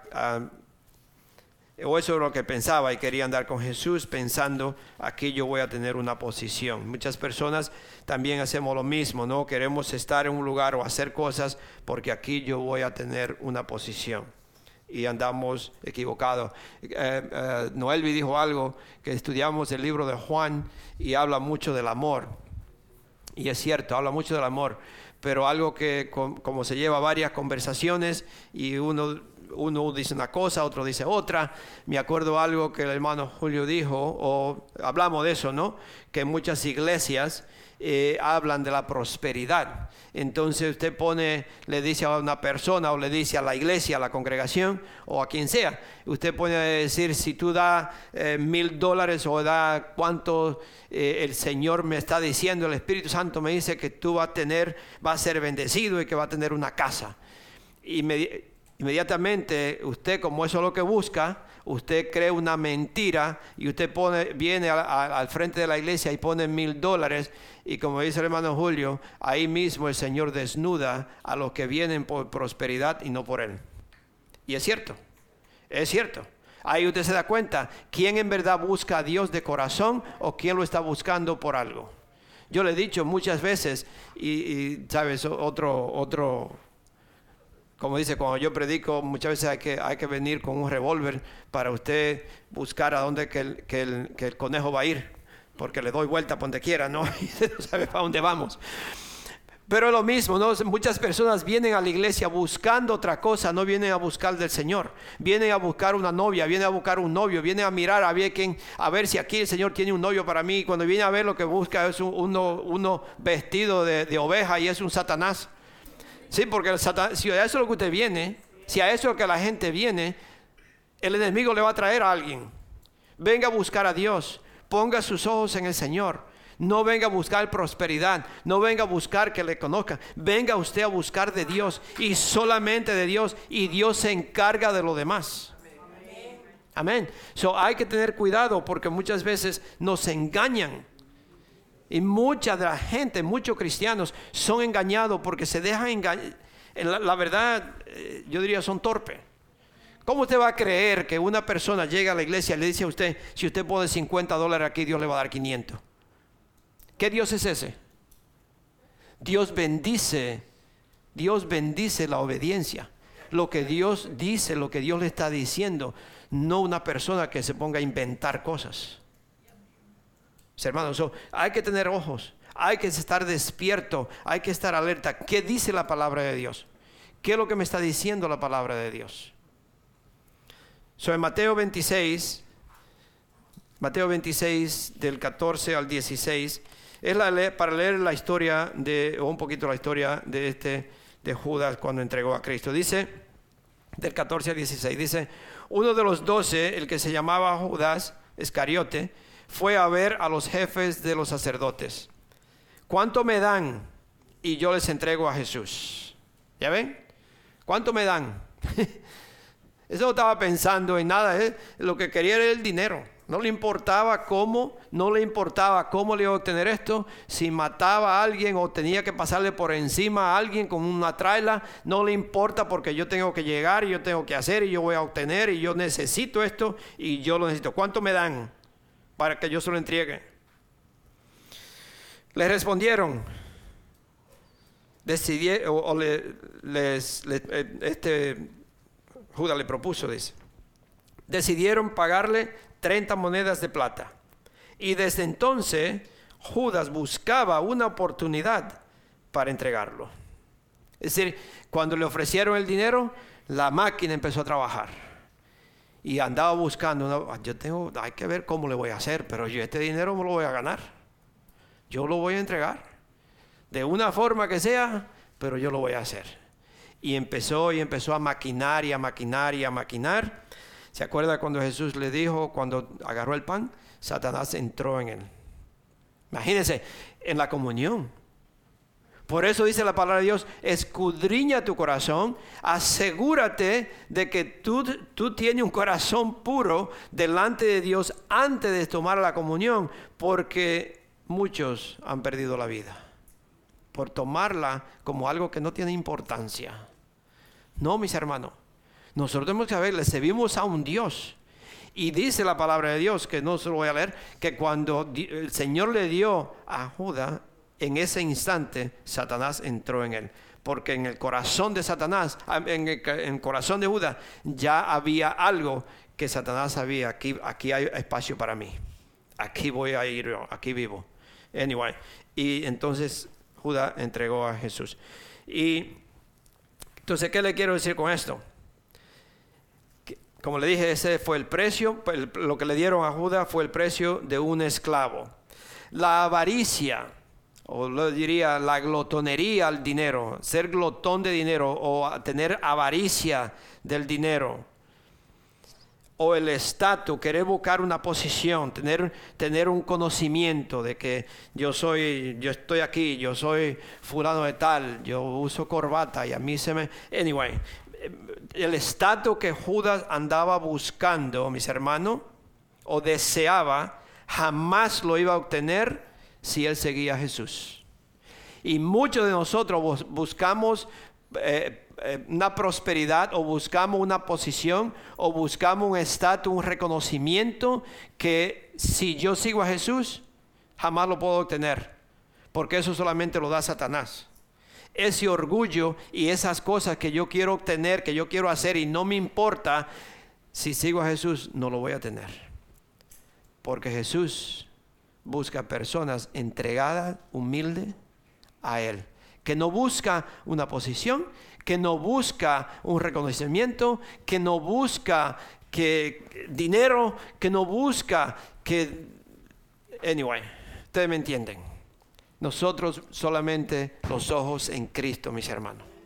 o eso es lo que pensaba, y quería andar con Jesús pensando, aquí yo voy a tener una posición. Muchas personas también hacemos lo mismo, ¿no? Queremos estar en un lugar o hacer cosas porque aquí yo voy a tener una posición, y andamos equivocados. Noelvi dijo algo, que estudiamos el libro de Juan y habla mucho del amor, y es cierto, habla mucho del amor, pero algo que como se lleva varias conversaciones y uno dice una cosa, otro dice otra. Me acuerdo algo que el hermano Julio dijo, o hablamos de eso, ¿no? Que muchas iglesias hablan de la prosperidad. Entonces usted le dice a una persona, o le dice a la iglesia, a la congregación, o a quien sea, usted puede decir, si tú das $1,000 o da cuánto el Señor me está diciendo, el Espíritu Santo me dice que tú vas a ser bendecido y que va a tener una casa. Inmediatamente usted, como eso es lo que busca, usted cree una mentira y usted viene al frente de la iglesia y pone $1,000, y como dice el hermano Julio, ahí mismo el Señor desnuda a los que vienen por prosperidad y no por Él. Y es cierto, es cierto. Ahí usted se da cuenta quién en verdad busca a Dios de corazón o quién lo está buscando por algo. Yo le he dicho muchas veces, y sabes, como dice, cuando yo predico, muchas veces hay que venir con un revólver para usted buscar a dónde que el conejo va a ir, porque le doy vuelta por donde quiera, ¿no? Y usted no sabe para dónde vamos. Pero es lo mismo, ¿no? Muchas personas vienen a la iglesia buscando otra cosa, no vienen a buscar del Señor. Vienen a buscar una novia, vienen a buscar un novio, vienen a mirar a ver si aquí el Señor tiene un novio para mí. Y cuando viene a ver, lo que busca es uno vestido de oveja, y es un Satanás. Sí, porque si a eso es lo que usted viene, si a eso es lo que la gente viene, el enemigo le va a traer a alguien. Venga a buscar a Dios, ponga sus ojos en el Señor. No venga a buscar prosperidad, no venga a buscar que le conozcan. Venga usted a buscar de Dios y solamente de Dios, y Dios se encarga de lo demás. Amén. So, hay que tener cuidado porque muchas veces nos engañan. Y mucha de la gente, muchos cristianos son engañados porque se dejan engañar. La verdad, yo diría, son torpes. ¿Cómo usted va a creer que una persona llega a la iglesia y le dice a usted, si usted pone $50 aquí, Dios le va a dar 500? ¿Qué Dios es ese? Dios bendice la obediencia. Lo que Dios dice, lo que Dios le está diciendo, no una persona que se ponga a inventar cosas. Hermanos, hay que tener ojos, hay que estar despierto, hay que estar alerta. ¿Qué dice la palabra de Dios? ¿Qué es lo que me está diciendo la palabra de Dios? En Mateo 26 del 14 al 16, es para leer la historia o un poquito la historia de Judas cuando entregó a Cristo. Dice, del 14 al 16, dice, uno de los 12, el que se llamaba Judas Iscariote, fue a ver a los jefes de los sacerdotes. ¿Cuánto me dan? Y yo les entrego a Jesús. ¿Ya ven? ¿Cuánto me dan? Eso no estaba pensando en nada, lo que quería era el dinero. No le importaba cómo le iba a obtener esto. Si mataba a alguien o tenía que pasarle por encima a alguien con una traila, no le importa porque yo tengo que llegar y yo tengo que hacer y yo voy a obtener y yo necesito esto y yo lo necesito. ¿Cuánto me dan para que yo se lo entregue? Le respondieron, Judas le propuso, dice, decidieron pagarle 30 monedas de plata. Y desde entonces Judas buscaba una oportunidad para entregarlo. Es decir, cuando le ofrecieron el dinero, la máquina empezó a trabajar. Y andaba buscando, hay que ver cómo le voy a hacer, pero yo este dinero me lo voy a ganar. Yo lo voy a entregar. De una forma que sea, pero yo lo voy a hacer. Y empezó a maquinar. ¿Se acuerda cuando Jesús le dijo, cuando agarró el pan, Satanás entró en él? Imagínense, en la comunión. Por eso dice la palabra de Dios, escudriña tu corazón, asegúrate de que tú tienes un corazón puro delante de Dios antes de tomar la comunión, porque muchos han perdido la vida por tomarla como algo que no tiene importancia. No, mis hermanos, nosotros tenemos que saber, le servimos a un Dios. Y dice la palabra de Dios, que no se lo voy a leer, que cuando el Señor le dio a Judas, en ese instante Satanás entró en él. Porque en el corazón de Satanás, en el corazón de Judas, ya había algo que Satanás sabía, aquí hay espacio para mí. Aquí voy a ir yo, aquí vivo. Anyway, y entonces Judas entregó a Jesús. Y entonces, ¿qué le quiero decir con esto? Como le dije, ese fue el precio, lo que le dieron a Judas fue el precio de un esclavo. La avaricia, o lo diría la glotonería al dinero, ser glotón de dinero o tener avaricia del dinero, o el estatus, querer buscar una posición, tener un conocimiento de que yo estoy aquí, yo soy fulano de tal, yo uso corbata y a mí anyway, el estatus que Judas andaba buscando, mis hermanos, o deseaba, jamás lo iba a obtener si él seguía a Jesús. Y muchos de nosotros buscamos una prosperidad, o buscamos una posición, o buscamos un estatus, un reconocimiento que si yo sigo a Jesús jamás lo puedo obtener, porque eso solamente lo da Satanás. Ese orgullo y esas cosas que yo quiero obtener, que yo quiero hacer y no me importa, si sigo a Jesús no lo voy a tener, porque Jesús busca personas entregadas, humildes a Él, que no busca una posición, que no busca un reconocimiento, que no busca dinero, que no busca anyway, ustedes me entienden. Nosotros solamente los ojos en Cristo, mis hermanos.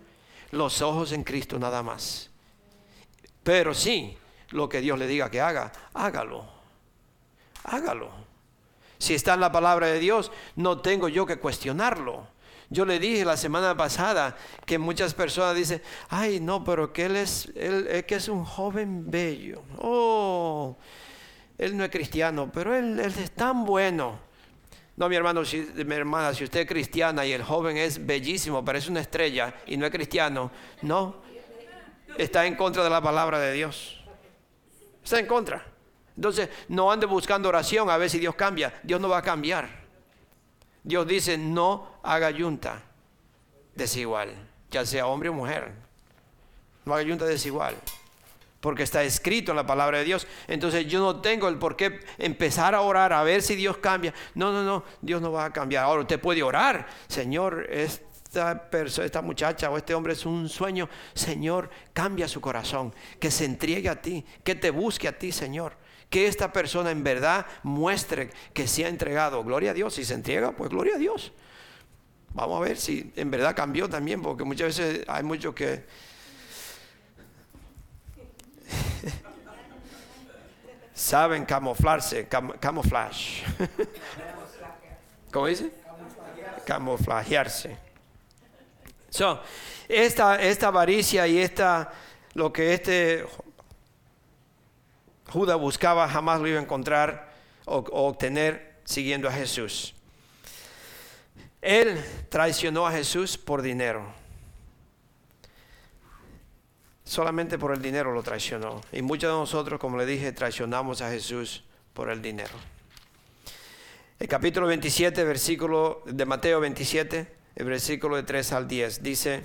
los ojos en Cristo nada más. Pero sí, lo que Dios le diga que haga, hágalo. Hágalo. Si está en la palabra de Dios, no tengo yo que cuestionarlo. Yo le dije la semana pasada que muchas personas dicen, ay no, pero que él es que es un joven bello. Oh, él no es cristiano, pero él es tan bueno. No, mi hermano, mi hermana, si usted es cristiana y el joven es bellísimo, parece una estrella y no es cristiano, no, está en contra de la palabra de Dios. Está en contra. Entonces, no ande buscando oración a ver si Dios cambia. Dios no va a cambiar. Dios dice, no haga yunta desigual, ya sea hombre o mujer. No haga yunta desigual. Porque está escrito en la palabra de Dios. Entonces yo no tengo el por qué empezar a orar a ver si Dios cambia. No, Dios no va a cambiar. Ahora usted puede orar, Señor, esta muchacha o este hombre es un sueño. Señor, cambia su corazón, que se entregue a ti, que te busque a ti, Señor. Que esta persona en verdad muestre que se ha entregado. Gloria a Dios. Si se entrega, pues gloria a Dios. Vamos a ver si en verdad cambió también, porque muchas veces hay muchos que saben camuflarse, camuflaje. ¿Cómo dice? Camuflajearse. Esta avaricia y lo que Judas buscaba jamás lo iba a encontrar o obtener siguiendo a Jesús. Él traicionó a Jesús por dinero. Solamente por el dinero lo traicionó. Y muchos de nosotros, como le dije, traicionamos a Jesús por el dinero. El capítulo 27, versículo de Mateo 27, el versículo de 3 al 10, dice: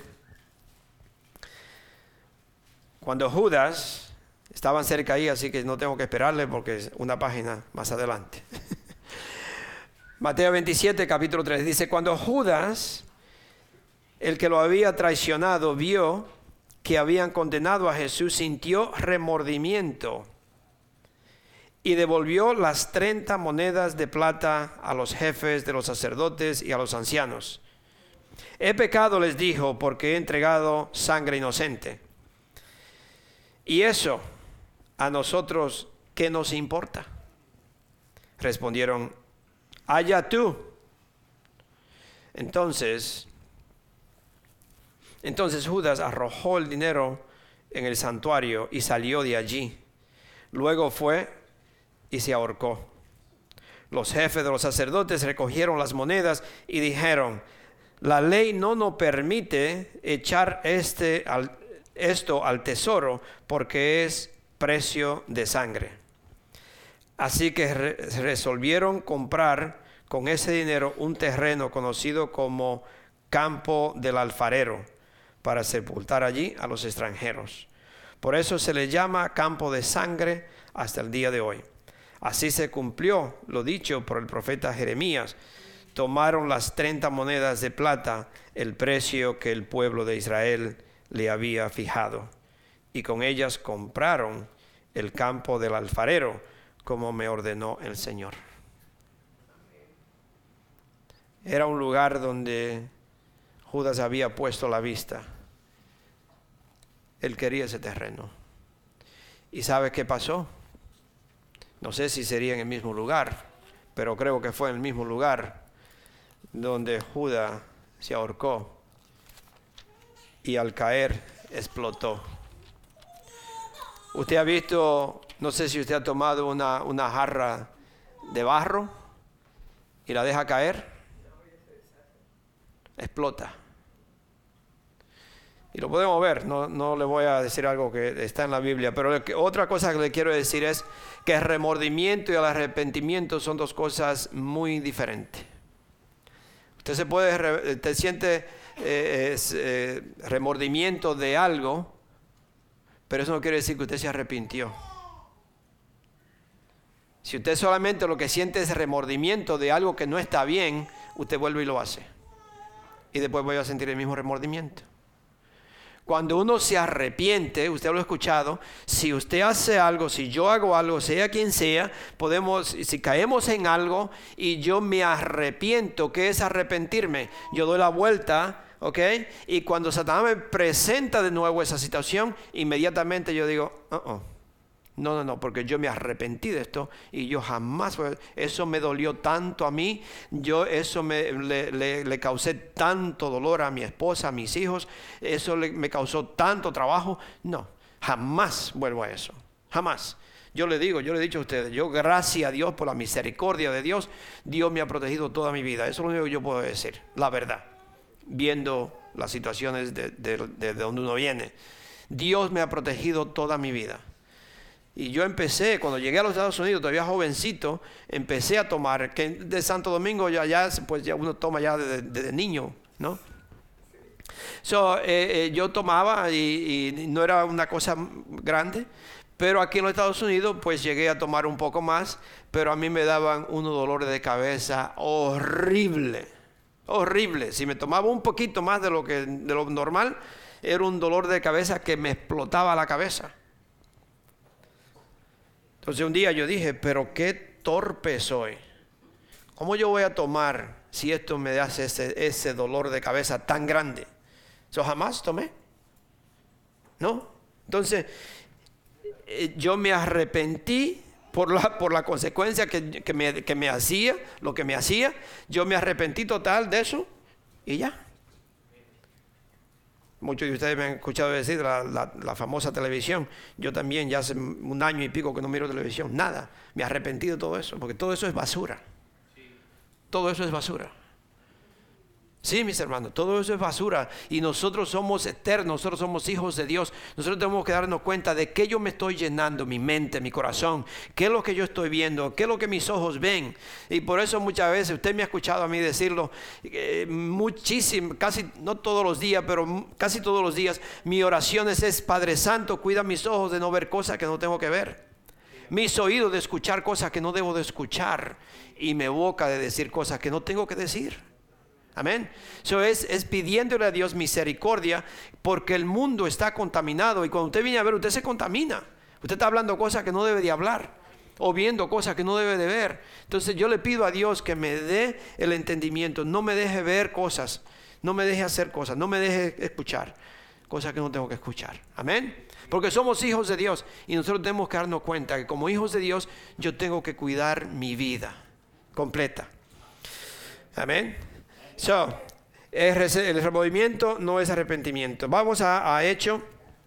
cuando Judas, estaban cerca ahí, así que no tengo que esperarle porque es una página más adelante. Mateo 27, capítulo 3, dice: cuando Judas, el que lo había traicionado, vio que habían condenado a Jesús, sintió remordimiento y devolvió las 30 monedas de plata a los jefes de los sacerdotes y a los ancianos. He pecado, les dijo, porque he entregado sangre inocente. Y eso, a nosotros, ¿qué nos importa? Respondieron: allá tú. Entonces Judas arrojó el dinero en el santuario y salió de allí. Luego fue y se ahorcó. Los jefes de los sacerdotes recogieron las monedas y dijeron: la ley no nos permite echar esto al tesoro porque es precio de sangre. Así que resolvieron comprar con ese dinero un terreno conocido como Campo del Alfarero, para sepultar allí a los extranjeros. Por eso se le llama Campo de Sangre hasta el día de hoy. Así se cumplió lo dicho por el profeta Jeremías. Tomaron las 30 monedas de plata, el precio que el pueblo de Israel le había fijado, y con ellas compraron el campo del alfarero, como me ordenó el Señor. Era un lugar donde Judas había puesto la vista. Él quería ese terreno. ¿Y sabe qué pasó? No sé si sería en el mismo lugar, pero creo que fue en el mismo lugar donde Judas se ahorcó y al caer explotó. Usted ha visto, no sé si usted ha tomado una jarra de barro y la deja caer, explota. Y lo podemos ver, no le voy a decir algo que está en la Biblia, pero otra cosa que le quiero decir es que el remordimiento y el arrepentimiento son dos cosas muy diferentes. Usted siente remordimiento de algo, pero eso no quiere decir que usted se arrepintió. Si usted solamente lo que siente es remordimiento de algo que no está bien, usted vuelve y lo hace. Y después vuelve a sentir el mismo remordimiento. Cuando uno se arrepiente, usted lo ha escuchado, si usted hace algo, si yo hago algo, sea quien sea, si caemos en algo y yo me arrepiento, ¿qué es arrepentirme? Yo doy la vuelta ¿ok? Y cuando Satanás me presenta de nuevo esa situación, inmediatamente yo digo, no, porque yo me arrepentí de esto y yo jamás, eso me dolió tanto a mí, eso le causé tanto dolor a mi esposa, a mis hijos, eso me causó tanto trabajo. No, jamás vuelvo a eso, jamás. Yo le he dicho a ustedes, gracias a Dios por la misericordia de Dios, Dios me ha protegido toda mi vida. Eso es lo único que yo puedo decir, la verdad, viendo las situaciones de donde uno viene. Dios me ha protegido toda mi vida. Y yo empecé, cuando llegué a los Estados Unidos, todavía jovencito, empecé a tomar, que de Santo Domingo pues ya uno toma ya desde niño, ¿no? Yo tomaba y no era una cosa grande, pero aquí en los Estados Unidos pues llegué a tomar un poco más, pero a mí me daban unos dolores de cabeza horrible. Si me tomaba un poquito más de lo normal, era un dolor de cabeza que me explotaba la cabeza. Entonces un día yo dije, pero qué torpe soy. ¿Cómo yo voy a tomar si esto me hace ese dolor de cabeza tan grande? Yo jamás tomé. ¿No? Entonces yo me arrepentí por la consecuencia que me hacía, lo que me hacía. Yo me arrepentí total de eso y ya. Muchos de ustedes me han escuchado decir la famosa televisión. Yo también ya hace un año y pico que no miro televisión. Nada. Me arrepentí de todo eso, porque todo eso es basura. Todo eso es basura. Sí, mis hermanos, todo eso es basura. Y nosotros somos eternos, nosotros somos hijos de Dios. Nosotros tenemos que darnos cuenta de qué yo me estoy llenando, mi mente, mi corazón. Qué es lo que yo estoy viendo, qué es lo que mis ojos ven. Y por eso muchas veces, usted me ha escuchado a mí decirlo muchísimo, casi no todos los días, pero casi todos los días, mi oración es: Padre Santo, cuida mis ojos de no ver cosas que no tengo que ver. Mis oídos de escuchar cosas que no debo de escuchar. Y mi boca de decir cosas que no tengo que decir. Amén. Eso es pidiéndole a Dios misericordia, porque el mundo está contaminado y cuando usted viene a ver, usted se contamina. Usted está hablando cosas que no debe de hablar o viendo cosas que no debe de ver. Entonces yo le pido a Dios que me dé el entendimiento, no me deje ver cosas, no me deje hacer cosas, no me deje escuchar cosas que no tengo que escuchar. Amén. Porque somos hijos de Dios y nosotros tenemos que darnos cuenta que como hijos de Dios yo tengo que cuidar mi vida completa. Amén. El remordimiento no es arrepentimiento. Vamos a Hechos.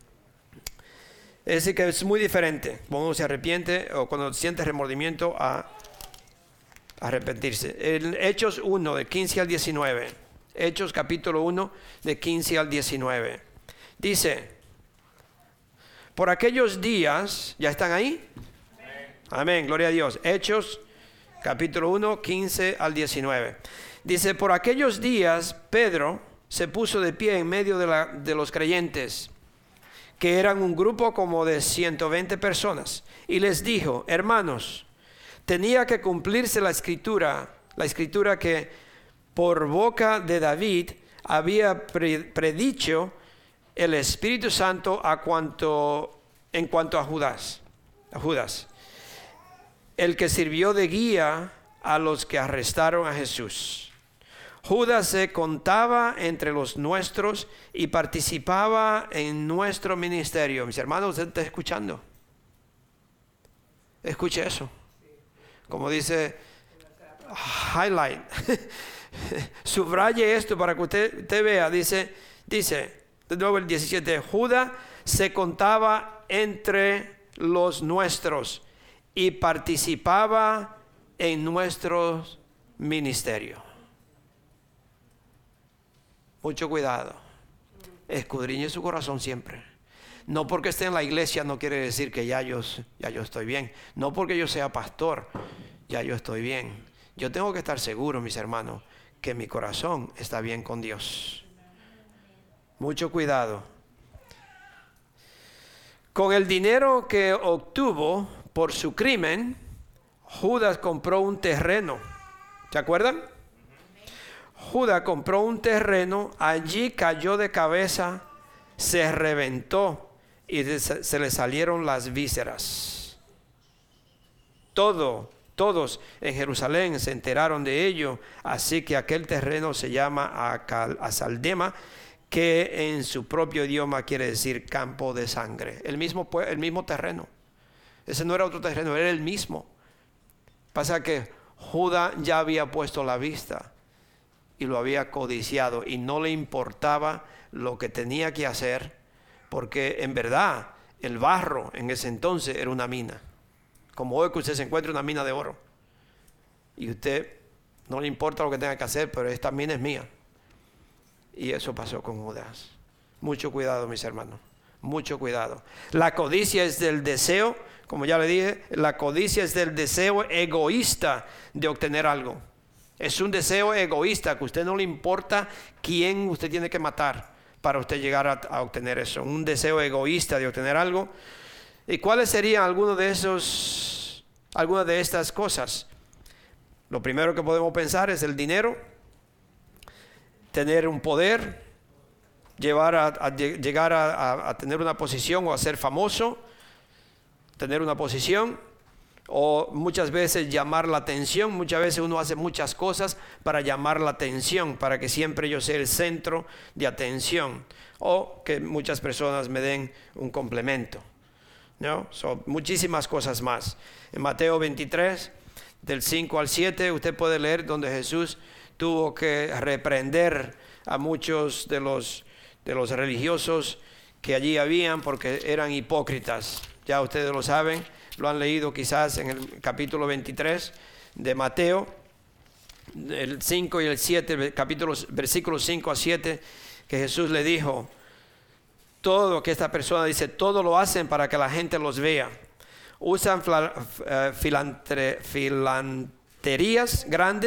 Es decir, que es muy diferente cuando uno se arrepiente o cuando siente remordimiento a arrepentirse. En Hechos 1, de 15 al 19. Hechos capítulo 1, de 15 al 19. Dice: por aquellos días, ¿ya están ahí? Amén, gloria a Dios. Hechos capítulo 1, 15 al 19. Dice: por aquellos días Pedro se puso de pie en medio de los creyentes, que eran un grupo como de 120 personas, y les dijo: hermanos, tenía que cumplirse la escritura que por boca de David había predicho el Espíritu Santo en cuanto a Judas, el que sirvió de guía a los que arrestaron a Jesús. Judas se contaba entre los nuestros y participaba en nuestro ministerio. Mis hermanos, ¿usted está escuchando? Escuche eso. Como dice, highlight. Subraye esto para que usted vea. Dice, de nuevo el 17. Judas se contaba entre los nuestros y participaba en nuestro ministerio. Mucho cuidado. Escudriñe su corazón siempre. No porque esté en la iglesia no quiere decir que ya yo estoy bien. No porque yo sea pastor, ya yo estoy bien. Yo tengo que estar seguro, mis hermanos, que mi corazón está bien con Dios. Mucho cuidado. Con el dinero que obtuvo por su crimen, Judas compró un terreno. ¿Se acuerdan? Judas compró un terreno, allí cayó de cabeza, se reventó y se le salieron las vísceras. Todo Todos en Jerusalén se enteraron de ello, así que aquel terreno se llama Acaldama, que en su propio idioma quiere decir campo de sangre. El mismo terreno. Ese no era otro terreno, era el mismo. Pasa que Judá ya había puesto la vista y lo había codiciado y no le importaba lo que tenía que hacer, porque en verdad el barro en ese entonces era una mina. Como hoy que usted se encuentra una mina de oro y usted no le importa lo que tenga que hacer, pero esta mina es mía. Y eso pasó con Judas. Mucho cuidado, mis hermanos, mucho cuidado. La codicia es del deseo, como ya le dije, la codicia es del deseo egoísta de obtener algo. Es un deseo egoísta, que a usted no le importa quién usted tiene que matar para usted llegar a obtener eso. Un deseo egoísta de obtener algo. ¿Y cuáles serían algunas de estas cosas? Lo primero que podemos pensar es el dinero, tener un poder, llegar a tener una posición o a ser famoso, tener una posición, o muchas veces llamar la atención. Muchas veces uno hace muchas cosas para llamar la atención, para que siempre yo sea el centro de atención, o que muchas personas me den un complemento, ¿no? Son muchísimas cosas más. En Mateo 23, del 5 al 7, usted puede leer donde Jesús tuvo que reprender a muchos de los religiosos que allí habían, porque eran hipócritas. Ya ustedes lo saben, lo han leído quizás en el capítulo 23 de Mateo, el 5 y el 7, versículos 5 a 7, que Jesús le dijo, todo, que esta persona dice, todo lo hacen para que la gente los vea. Usan filanterías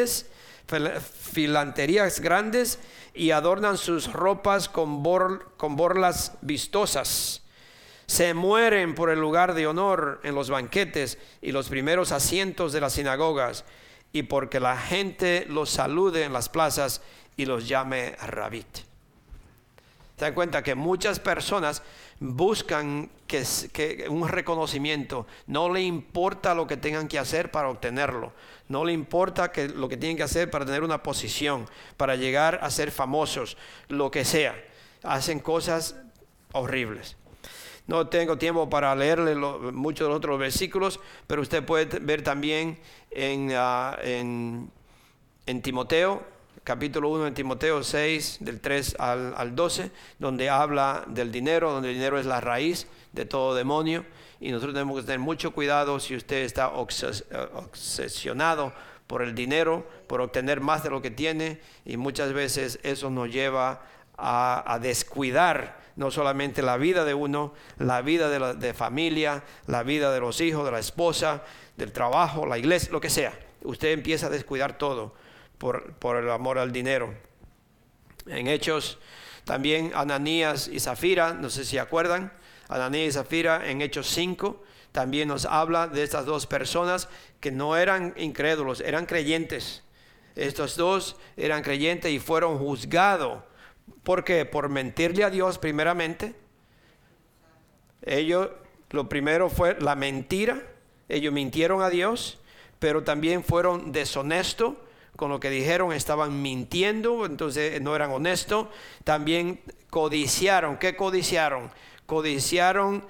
grandes y adornan sus ropas con borlas vistosas. Se mueren por el lugar de honor en los banquetes y los primeros asientos de las sinagogas, y porque la gente los salude en las plazas y los llame rabí. Se dan cuenta que muchas personas buscan que un reconocimiento. No le importa lo que tengan que hacer para obtenerlo. No le importa lo que tienen que hacer para tener una posición, para llegar a ser famosos, lo que sea. Hacen cosas horribles. No tengo tiempo para leerle muchos de los otros versículos, pero usted puede ver también en Timoteo, capítulo 1 en Timoteo 6, del 3 al 12, donde habla del dinero, donde el dinero es la raíz de todo demonio. Y nosotros tenemos que tener mucho cuidado si usted está obsesionado por el dinero, por obtener más de lo que tiene, y muchas veces eso nos lleva a descuidar no solamente la vida de uno, la vida de familia, la vida de los hijos, de la esposa, del trabajo, la iglesia, lo que sea. Usted empieza a descuidar todo por el amor al dinero. En Hechos también Ananías y Zafira, no sé si acuerdan, Ananías y Zafira en Hechos 5 también nos habla de estas dos personas que no eran incrédulos, eran creyentes. Estos dos eran creyentes y fueron juzgados. ¿Por qué? Por mentirle a Dios primeramente. Ellos, lo primero fue la mentira. Ellos mintieron a Dios, pero también fueron deshonestos con lo que dijeron, estaban mintiendo, entonces no eran honestos. También codiciaron. ¿Qué codiciaron? Codiciaron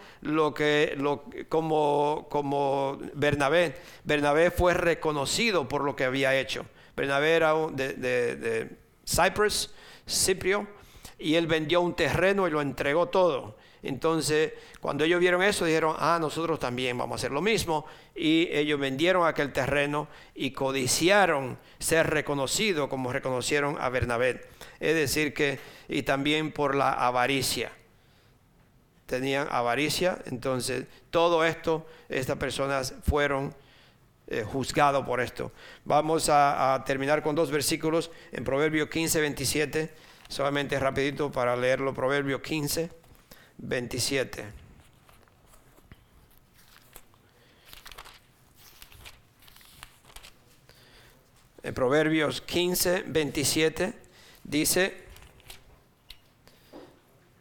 como Bernabé. Bernabé fue reconocido por lo que había hecho. Bernabé era de Ciprio, y él vendió un terreno y lo entregó todo. Entonces, cuando ellos vieron eso, dijeron, nosotros también vamos a hacer lo mismo. Y ellos vendieron aquel terreno y codiciaron ser reconocidos como reconocieron a Bernabé. Es decir que, y también por la avaricia. Tenían avaricia, entonces todo esto, estas personas fueron juzgados por esto. Vamos a terminar con dos versículos en Proverbios 15, 27, solamente rapidito para leerlo. Proverbios 15, 27. En Proverbios 15, 27 dice: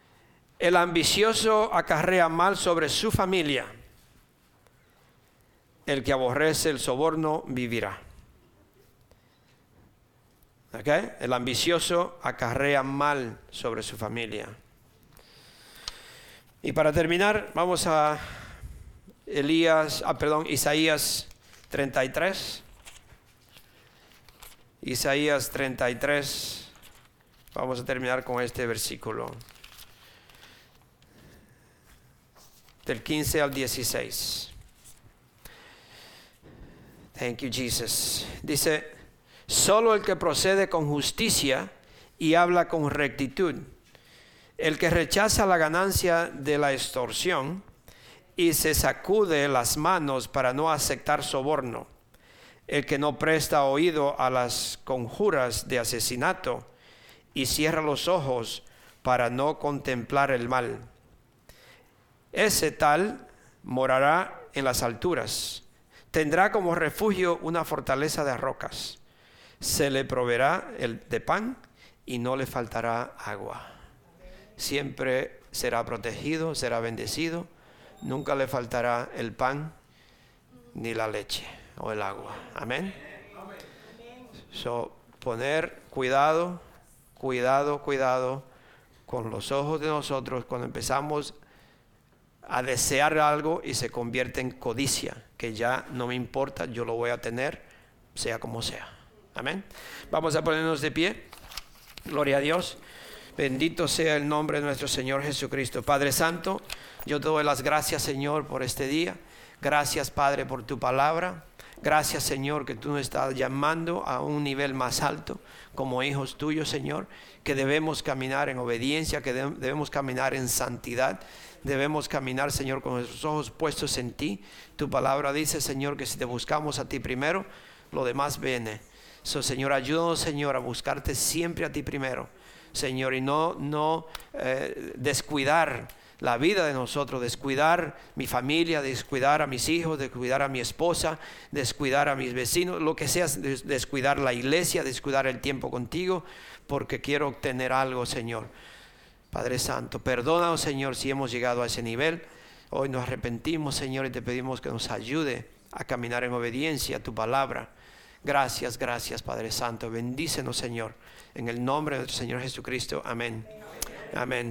el ambicioso acarrea mal sobre su familia, el que aborrece el soborno vivirá. ¿Okay? El ambicioso acarrea mal sobre su familia. Y para terminar, vamos a Isaías 33. Isaías 33. Vamos a terminar con este versículo. Del 15 al 16. Thank you, Jesus. Dice: solo el que procede con justicia y habla con rectitud, el que rechaza la ganancia de la extorsión y se sacude las manos para no aceptar soborno, el que no presta oído a las conjuras de asesinato y cierra los ojos para no contemplar el mal. Ese tal morará en las alturas, tendrá como refugio una fortaleza de rocas. Se le proveerá de pan y no le faltará agua. Siempre será protegido, será bendecido. Nunca le faltará el pan ni la leche o el agua. Amén. Poner cuidado con los ojos de nosotros cuando empezamos a desear algo y se convierte en codicia, que ya no me importa, yo lo voy a tener, sea como sea. Amén. Vamos a ponernos de pie. Gloria a Dios. Bendito sea el nombre de nuestro Señor Jesucristo. Padre Santo, yo te doy las gracias, Señor, por este día. Gracias, Padre, por tu palabra. Gracias, Señor, que tú nos estás llamando a un nivel más alto como hijos tuyos, Señor, que debemos caminar en obediencia, que debemos caminar en santidad. Debemos caminar, Señor, con nuestros ojos puestos en ti. Tu palabra dice, Señor, que si te buscamos a ti primero, lo demás viene. Señor, ayúdanos, Señor, a buscarte siempre a ti primero, Señor, y no descuidar la vida de nosotros, descuidar mi familia, descuidar a mis hijos, descuidar a mi esposa, descuidar a mis vecinos, lo que sea, descuidar la iglesia, descuidar el tiempo contigo, porque quiero obtener algo, Señor. Padre Santo, perdónanos, Señor, si hemos llegado a ese nivel. Hoy nos arrepentimos, Señor, y te pedimos que nos ayude a caminar en obediencia a tu palabra. Gracias, Padre Santo. Bendícenos, Señor, en el nombre de nuestro Señor Jesucristo. Amén. Amén.